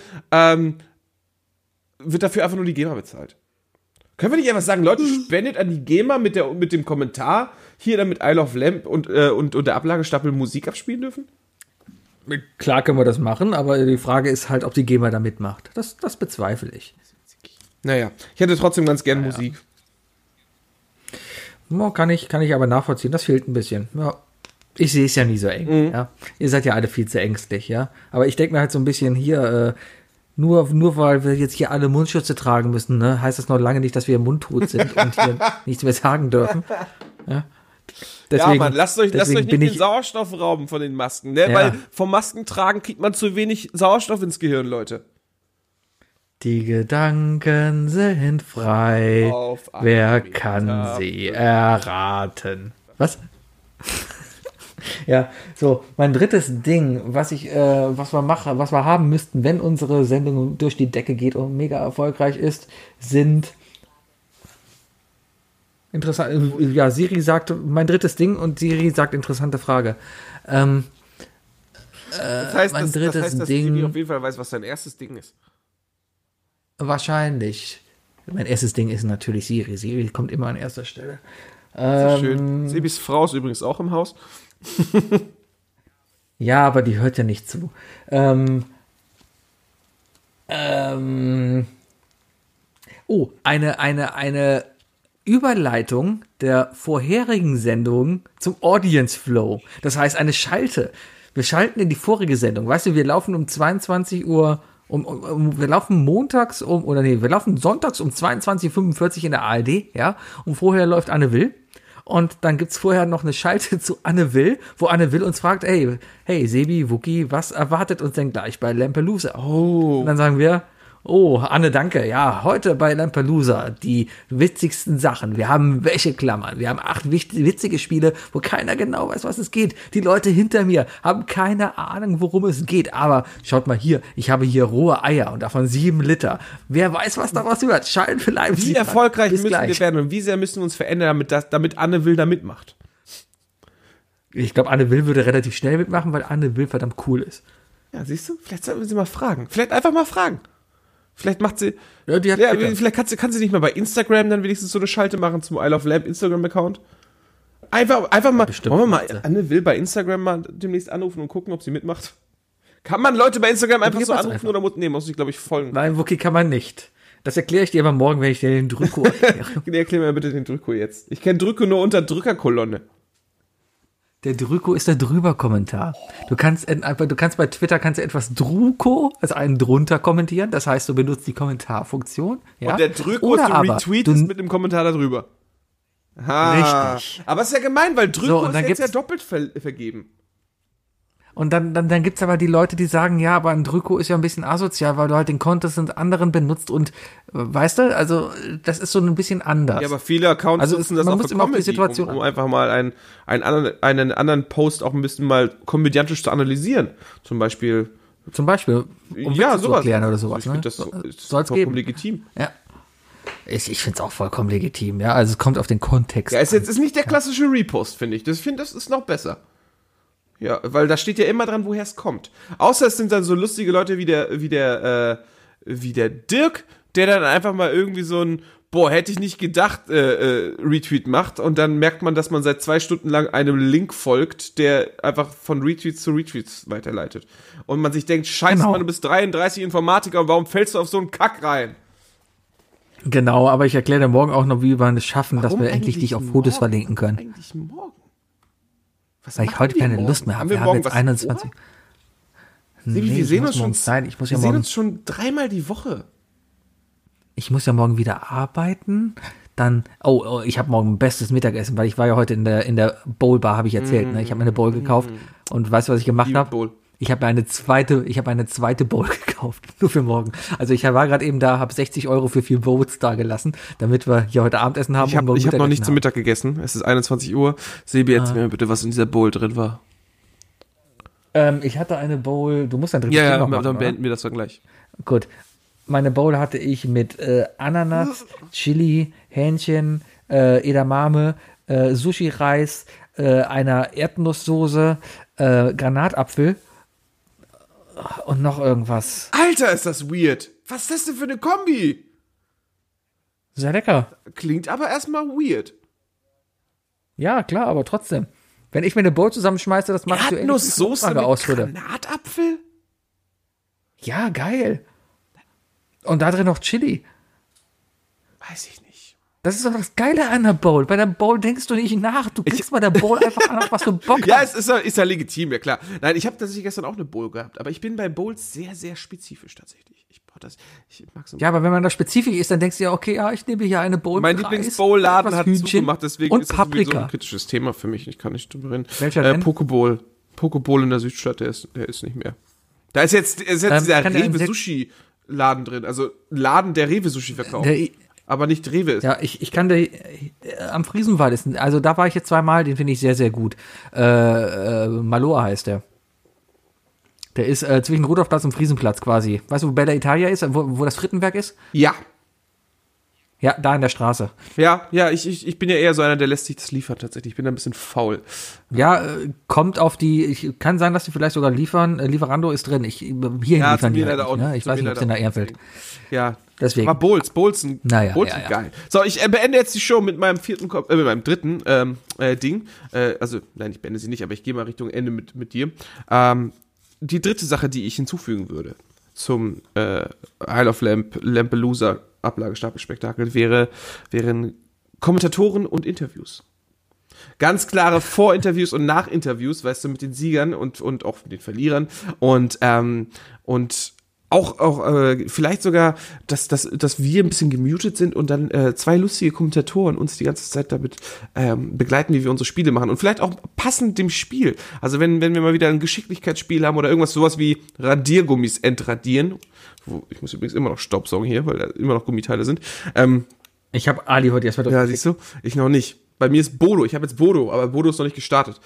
wird dafür einfach nur die GEMA bezahlt. Können wir nicht einfach sagen, Leute, spendet an die GEMA mit dem Kommentar, hier dann mit Isle of Lamp und der Ablagestapel Musik abspielen dürfen? Klar können wir das machen, aber die Frage ist halt, ob die GEMA da mitmacht. Das bezweifle ich. Naja, ich hätte trotzdem ganz gern Musik. Ja, kann ich aber nachvollziehen, das fehlt ein bisschen. Ja. Ich sehe es ja nie so eng. Ja. Ihr seid ja alle viel zu ängstlich, ja. Aber ich denke mir halt so ein bisschen hier, nur weil wir jetzt hier alle Mundschütze tragen müssen, ne, heißt das noch lange nicht, dass wir mundtot sind und hier nichts mehr sagen dürfen. Ja, deswegen, Mann, lasst euch nicht den Sauerstoff rauben von den Masken, ne? Ja. Weil vom Maskentragen kriegt man zu wenig Sauerstoff ins Gehirn, Leute. Die Gedanken sind frei. Wer kann sie erraten? Was? Ja, so, mein drittes Ding, was wir haben müssten, wenn unsere Sendung durch die Decke geht und mega erfolgreich ist, sind interessant, Siri sagt, mein drittes Ding und Siri sagt, interessante Frage. Das heißt, dass Siri auf jeden Fall weiß, was dein erstes Ding ist. Wahrscheinlich. Mein erstes Ding ist natürlich Siri. Siri kommt immer an erster Stelle. Das ist schön. Sibis Frau ist übrigens auch im Haus. Ja, aber die hört ja nicht zu. Eine Überleitung der vorherigen Sendung zum Audience Flow. Das heißt, eine Schalte. Wir schalten in die vorige Sendung. Weißt du, wir laufen um 22 Uhr Wir laufen wir laufen sonntags um 22:45 in der ARD, ja, und vorher läuft Anne Will. Und dann gibt's vorher noch eine Schalte zu Anne Will, wo Anne Will uns fragt, hey, Sebi, Wookie, was erwartet uns denn gleich bei Lampelusa? Oh. Und dann sagen wir, oh, Anne, danke. Ja, heute bei Lampelusa die witzigsten Sachen. Wir haben Wäscheklammern. Wir haben 8 witzige Spiele, wo keiner genau weiß, was es geht. Die Leute hinter mir haben keine Ahnung, worum es geht. Aber schaut mal hier, ich habe hier rohe Eier und davon 7 Liter. Wer weiß, was daraus wird? Schalten für live. Wie erfolgreich müssen wir werden und wie sehr müssen wir uns verändern, damit Anne Will da mitmacht? Ich glaube, Anne Will würde relativ schnell mitmachen, weil Anne Will verdammt cool ist. Ja, siehst du? Vielleicht sollten wir sie mal fragen. Vielleicht einfach mal fragen. Vielleicht macht sie. Ja, vielleicht kann sie nicht mal bei Instagram dann wenigstens so eine Schalte machen zum I Love Lamp Instagram-Account. Einfach mal. Wollen wir mal Anne Will bei Instagram mal demnächst anrufen und gucken, ob sie mitmacht? Kann man Leute bei Instagram einfach so anrufen oder muss ich, glaube ich, folgen? Nein, Wookie, kann man nicht. Das erkläre ich dir aber morgen, wenn ich dir den Drücko erkläre. Erklär mir bitte den Drücko jetzt. Ich kenne Drücko nur unter Drückerkolonne. Der Drüko ist der Drüber-Kommentar. Du kannst bei Twitter etwas Druko, also einen drunter kommentieren. Das heißt, du benutzt die Kommentarfunktion. Ja? Und der Drüko ist ein Retweet mit dem Kommentar darüber. Richtig. Aber es ist ja gemein, weil Drüko ist jetzt ja doppelt vergeben. Und dann gibt's aber die Leute, die sagen, ja, aber ein Drüko ist ja ein bisschen asozial, weil du halt den Content anderen benutzt und, weißt du, also das ist so ein bisschen anders. Ja, aber viele Accounts nutzen das auch für Comedy, um einfach mal einen anderen Post auch ein bisschen mal komödiantisch zu analysieren. Zum Beispiel, um Witze zu erklären oder sowas. Ich finde, das ist vollkommen legitim. Ja. Ich finde es auch vollkommen legitim, ja, also es kommt auf den Kontext an. Ja, ist nicht der klassische Repost, finde ich. Das ist noch besser. Ja, weil da steht ja immer dran, woher es kommt. Außer es sind dann so lustige Leute wie der Dirk, der dann einfach mal irgendwie so ein hätte ich nicht gedacht, Retweet macht und dann merkt man, dass man seit 2 Stunden lang einem Link folgt, der einfach von Retweets zu Retweets weiterleitet. Und man sich denkt, scheiße, Mann, du bist 33 Informatiker und warum fällst du auf so einen Kack rein? Genau, aber ich erkläre dir morgen auch noch, wie wir es schaffen, dass wir endlich dich auf Fotos verlinken können. Eigentlich morgen? Weil ich heute keine Lust mehr habe. Wir haben jetzt 21. Wir sehen uns schon 3-mal die Woche. Ich muss ja morgen wieder arbeiten. Dann, ich habe morgen ein bestes Mittagessen, weil ich war ja heute in der Bowl-Bar, habe ich erzählt. Ne? Ich habe mir eine Bowl gekauft und weißt du, was ich gemacht habe? Ich habe eine zweite Bowl gekauft, nur für morgen. Also ich war gerade eben da, habe 60 € für 4 Bowls da gelassen, damit wir hier heute Abendessen haben. Ich habe noch nicht zum Mittag gegessen. Es ist 21 Uhr. Sebi, erzähl mir bitte, was in dieser Bowl drin war. Ich hatte eine Bowl, du musst dann drittes Thema machen, dann beenden wir das dann gleich. Gut. Meine Bowl hatte ich mit Ananas, Chili, Hähnchen, Edamame, Sushi-Reis, einer Erdnusssoße, Granatapfel und noch irgendwas. Alter, ist das weird. Was ist das denn für eine Kombi? Sehr lecker. Klingt aber erstmal weird. Ja, klar, aber trotzdem. Wenn ich mir eine Bowl zusammenschmeiße, das machst du Erdnusssoße mit Granatapfel? Ja, geil. Und da drin noch Chili. Weiß ich nicht. Das ist doch das Geile an der Bowl. Bei der Bowl denkst du nicht nach. Du kriegst bei der Bowl einfach an, was du Bock hast. Ja, es ist ja legitim, ja klar. Nein, ich habe tatsächlich gestern auch eine Bowl gehabt. Aber ich bin bei Bowls sehr, sehr spezifisch tatsächlich. Ich mag so. Ja, aber wenn man da spezifisch ist, dann denkst du ja, okay, ja, ich nehme hier eine Bowl. Mein Lieblingsbowl-Laden hat zugemacht, deswegen und ist das Paprika. So ein kritisches Thema für mich. Ich kann nicht drüber reden. Welcher denn? Pokeball in der Südstadt, der ist nicht mehr. Da ist jetzt dieser Rewe-Sushi-Laden drin. Also Laden, der Rewe-Sushi verkauft. Aber nicht Rewe ist. Ja, ich kann am Friesenwald ist, also da war ich jetzt 2-mal, den finde ich sehr, sehr gut. Maloa heißt der. Der ist zwischen Rudolfplatz und Friesenplatz quasi. Weißt du, wo Bella Italia ist, wo das Frittenwerk ist? Ja. Ja, da in der Straße. Ja, ich bin ja eher so einer, der lässt sich das liefern tatsächlich. Ich bin da ein bisschen faul. Ja, kommt auf kann sein, dass die vielleicht sogar liefern. Lieferando ist drin. Hierhin liefern die halt nicht, ne? Ich weiß nicht, ob es in der Ehrenfeld. Ja, deswegen. Aber Bowls sind geil. So, ich beende jetzt die Show mit meinem dritten Ding. Nein, ich beende sie nicht, aber ich gehe mal Richtung Ende mit dir. Die dritte Sache, die ich hinzufügen würde zum Isle of Lampelusa Ablagestapelspektakel wären Kommentatoren und Interviews. Ganz klare Vorinterviews und Nachinterviews, weißt du, mit den Siegern und auch mit den Verlierern und auch vielleicht sogar, dass wir ein bisschen gemutet sind und dann 2 lustige Kommentatoren uns die ganze Zeit damit begleiten, wie wir unsere Spiele machen und vielleicht auch passend dem Spiel. Also wenn wir mal wieder ein Geschicklichkeitsspiel haben oder irgendwas, sowas wie Radiergummis entradieren. Ich muss übrigens immer noch Staubsaugen hier, weil da immer noch Gummiteile sind. Ich habe Ali heute erstmal Ja, siehst du? Ich noch nicht. Bei mir ist Bodo. Ich habe jetzt Bodo, aber Bodo ist noch nicht gestartet.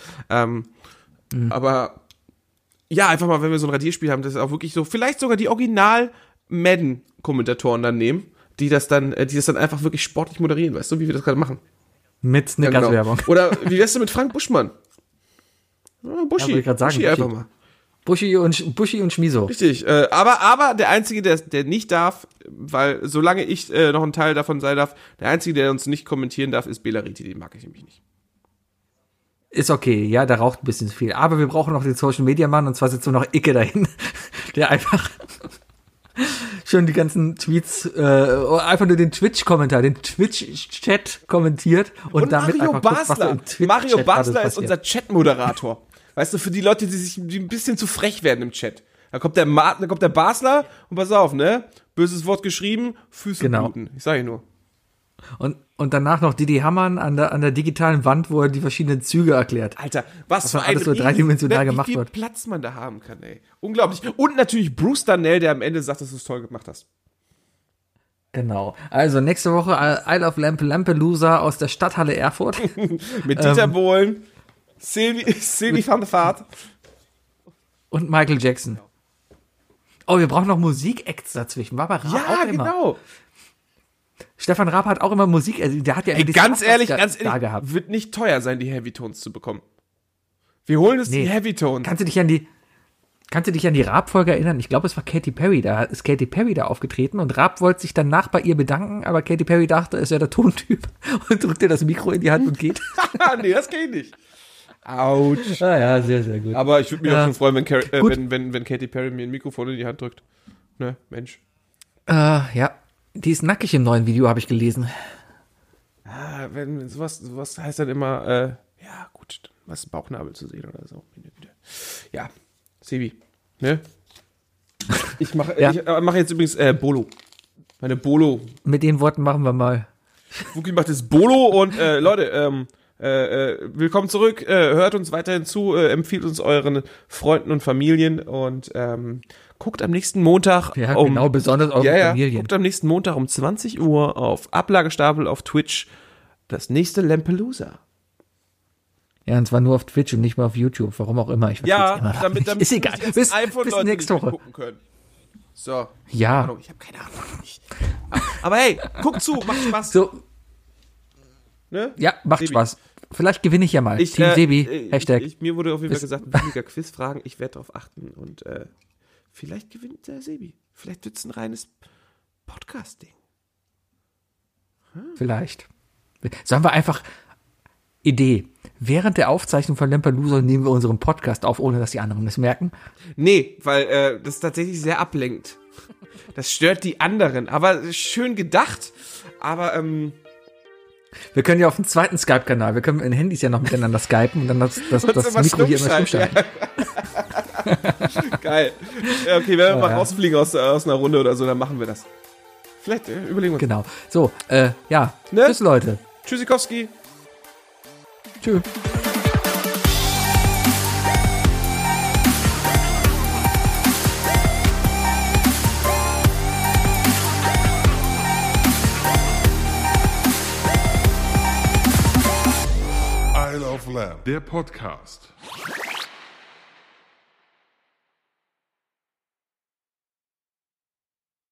Aber ja, einfach mal, wenn wir so ein Radierspiel haben, das ist auch wirklich so, vielleicht sogar die Original-Madden-Kommentatoren dann nehmen, die das dann einfach wirklich sportlich moderieren, weißt du, wie wir das gerade machen. Mit Snickers-Werbung. Ja, genau. Oder wie wär's denn mit Frank Buschmann? Ja, Buschi. Ja, ich gerade sagen, Buschi einfach mal. Buschi und Schmiso. Richtig, aber der Einzige, der nicht darf, weil solange ich noch ein Teil davon sein darf, der Einzige, der uns nicht kommentieren darf, ist Belariti, den mag ich nämlich nicht. Ist okay, ja, der raucht ein bisschen zu viel. Aber wir brauchen noch den Social-Media-Mann, und zwar sitzt so noch Icke dahin, der einfach schon die ganzen Tweets, einfach nur den Twitch-Kommentar, den Twitch-Chat kommentiert und damit Mario einfach guckt, was so im Twitch-Chat Mario Basler ist passiert. unser Chat-Moderator. Weißt du, für die Leute, die ein bisschen zu frech werden im Chat. Da kommt der Basler und pass auf, ne? Böses Wort geschrieben, Füße bluten. Ich sag nur. Und danach noch Didi Hamann an der digitalen Wand, wo er die verschiedenen Züge erklärt. Alter, was für alles so dreidimensional gemacht wird. Wie viel Platz man da haben kann, ey. Unglaublich. Und natürlich Bruce Darnell, der am Ende sagt, dass du es toll gemacht hast. Genau. Also nächste Woche Isle of Lampelusa aus der Stadthalle Erfurt. Mit Dieter Bohlen, Silvi van der Vaart. Und Michael Jackson. Oh, wir brauchen noch Musik-Acts dazwischen. War bei Raab auch immer. Ja, genau. Stefan Raab hat auch immer Musik, also der hat ja ganz ehrlich, gehabt. wird nicht teuer sein, die Heavy Tones zu bekommen. Wir holen uns die Heavy Tones. Kannst du dich an die Raab-Folge erinnern? Ich glaube, es war Katy Perry, da ist Katy Perry da aufgetreten und Raab wollte sich danach bei ihr bedanken, aber Katy Perry dachte, es wäre der Tontyp und drückte das Mikro in die Hand und geht. Nee, das geht nicht. Autsch. Ah ja, sehr, sehr gut. Aber ich würde mich auch schon freuen, wenn Katy Perry mir ein Mikrofon in die Hand drückt. Ne, Mensch. Ja. Die ist nackig im neuen Video, habe ich gelesen. Wenn sowas heißt dann immer, ja gut, was Bauchnabel zu sehen oder so. Ja, Sebi, ne? Ich mache jetzt übrigens Bolo. Meine Bolo. Mit den Worten machen wir mal. Wookie macht jetzt Bolo und Leute, willkommen zurück, hört uns weiterhin zu, empfiehlt uns euren Freunden und Familien und guckt am nächsten Montag besonders eure Familien. Guckt am nächsten Montag um 20 Uhr auf Ablagestapel auf Twitch das nächste Lampelusa. Ja, und zwar nur auf Twitch und nicht mal auf YouTube, warum auch immer. Damit ist egal. Bis nächste Woche. Gucken können. So. Ja. Ahnung, ich habe keine Ahnung. Aber hey, guckt zu, macht Spaß. So. Ne? Ja, macht Sebi. Spaß. Vielleicht gewinne ich ja mal. Team Sebi, Hashtag. Mir wurde auf jeden Fall gesagt, weniger Quizfragen, ich werde darauf achten und vielleicht gewinnt der Sebi. Vielleicht wird es ein reines Podcast-Ding. Vielleicht. Sollen wir einfach Idee. Während der Aufzeichnung von Lampelusa nehmen wir unseren Podcast auf, ohne dass die anderen es merken? Nee, weil das tatsächlich sehr ablenkt. Das stört die anderen. Aber schön gedacht. Aber wir können ja auf dem zweiten Skype-Kanal, wir können in Handys ja noch miteinander skypen und dann das Mikro hier immer stumm. Geil. Ja, okay, wenn wir mal rausfliegen aus einer Runde oder so, dann machen wir das. Vielleicht überlegen wir uns. Genau. So, ja. Ne? Tschüss, Leute. Tschüssikowski. Tschüss. Isle of Lamp, der Podcast.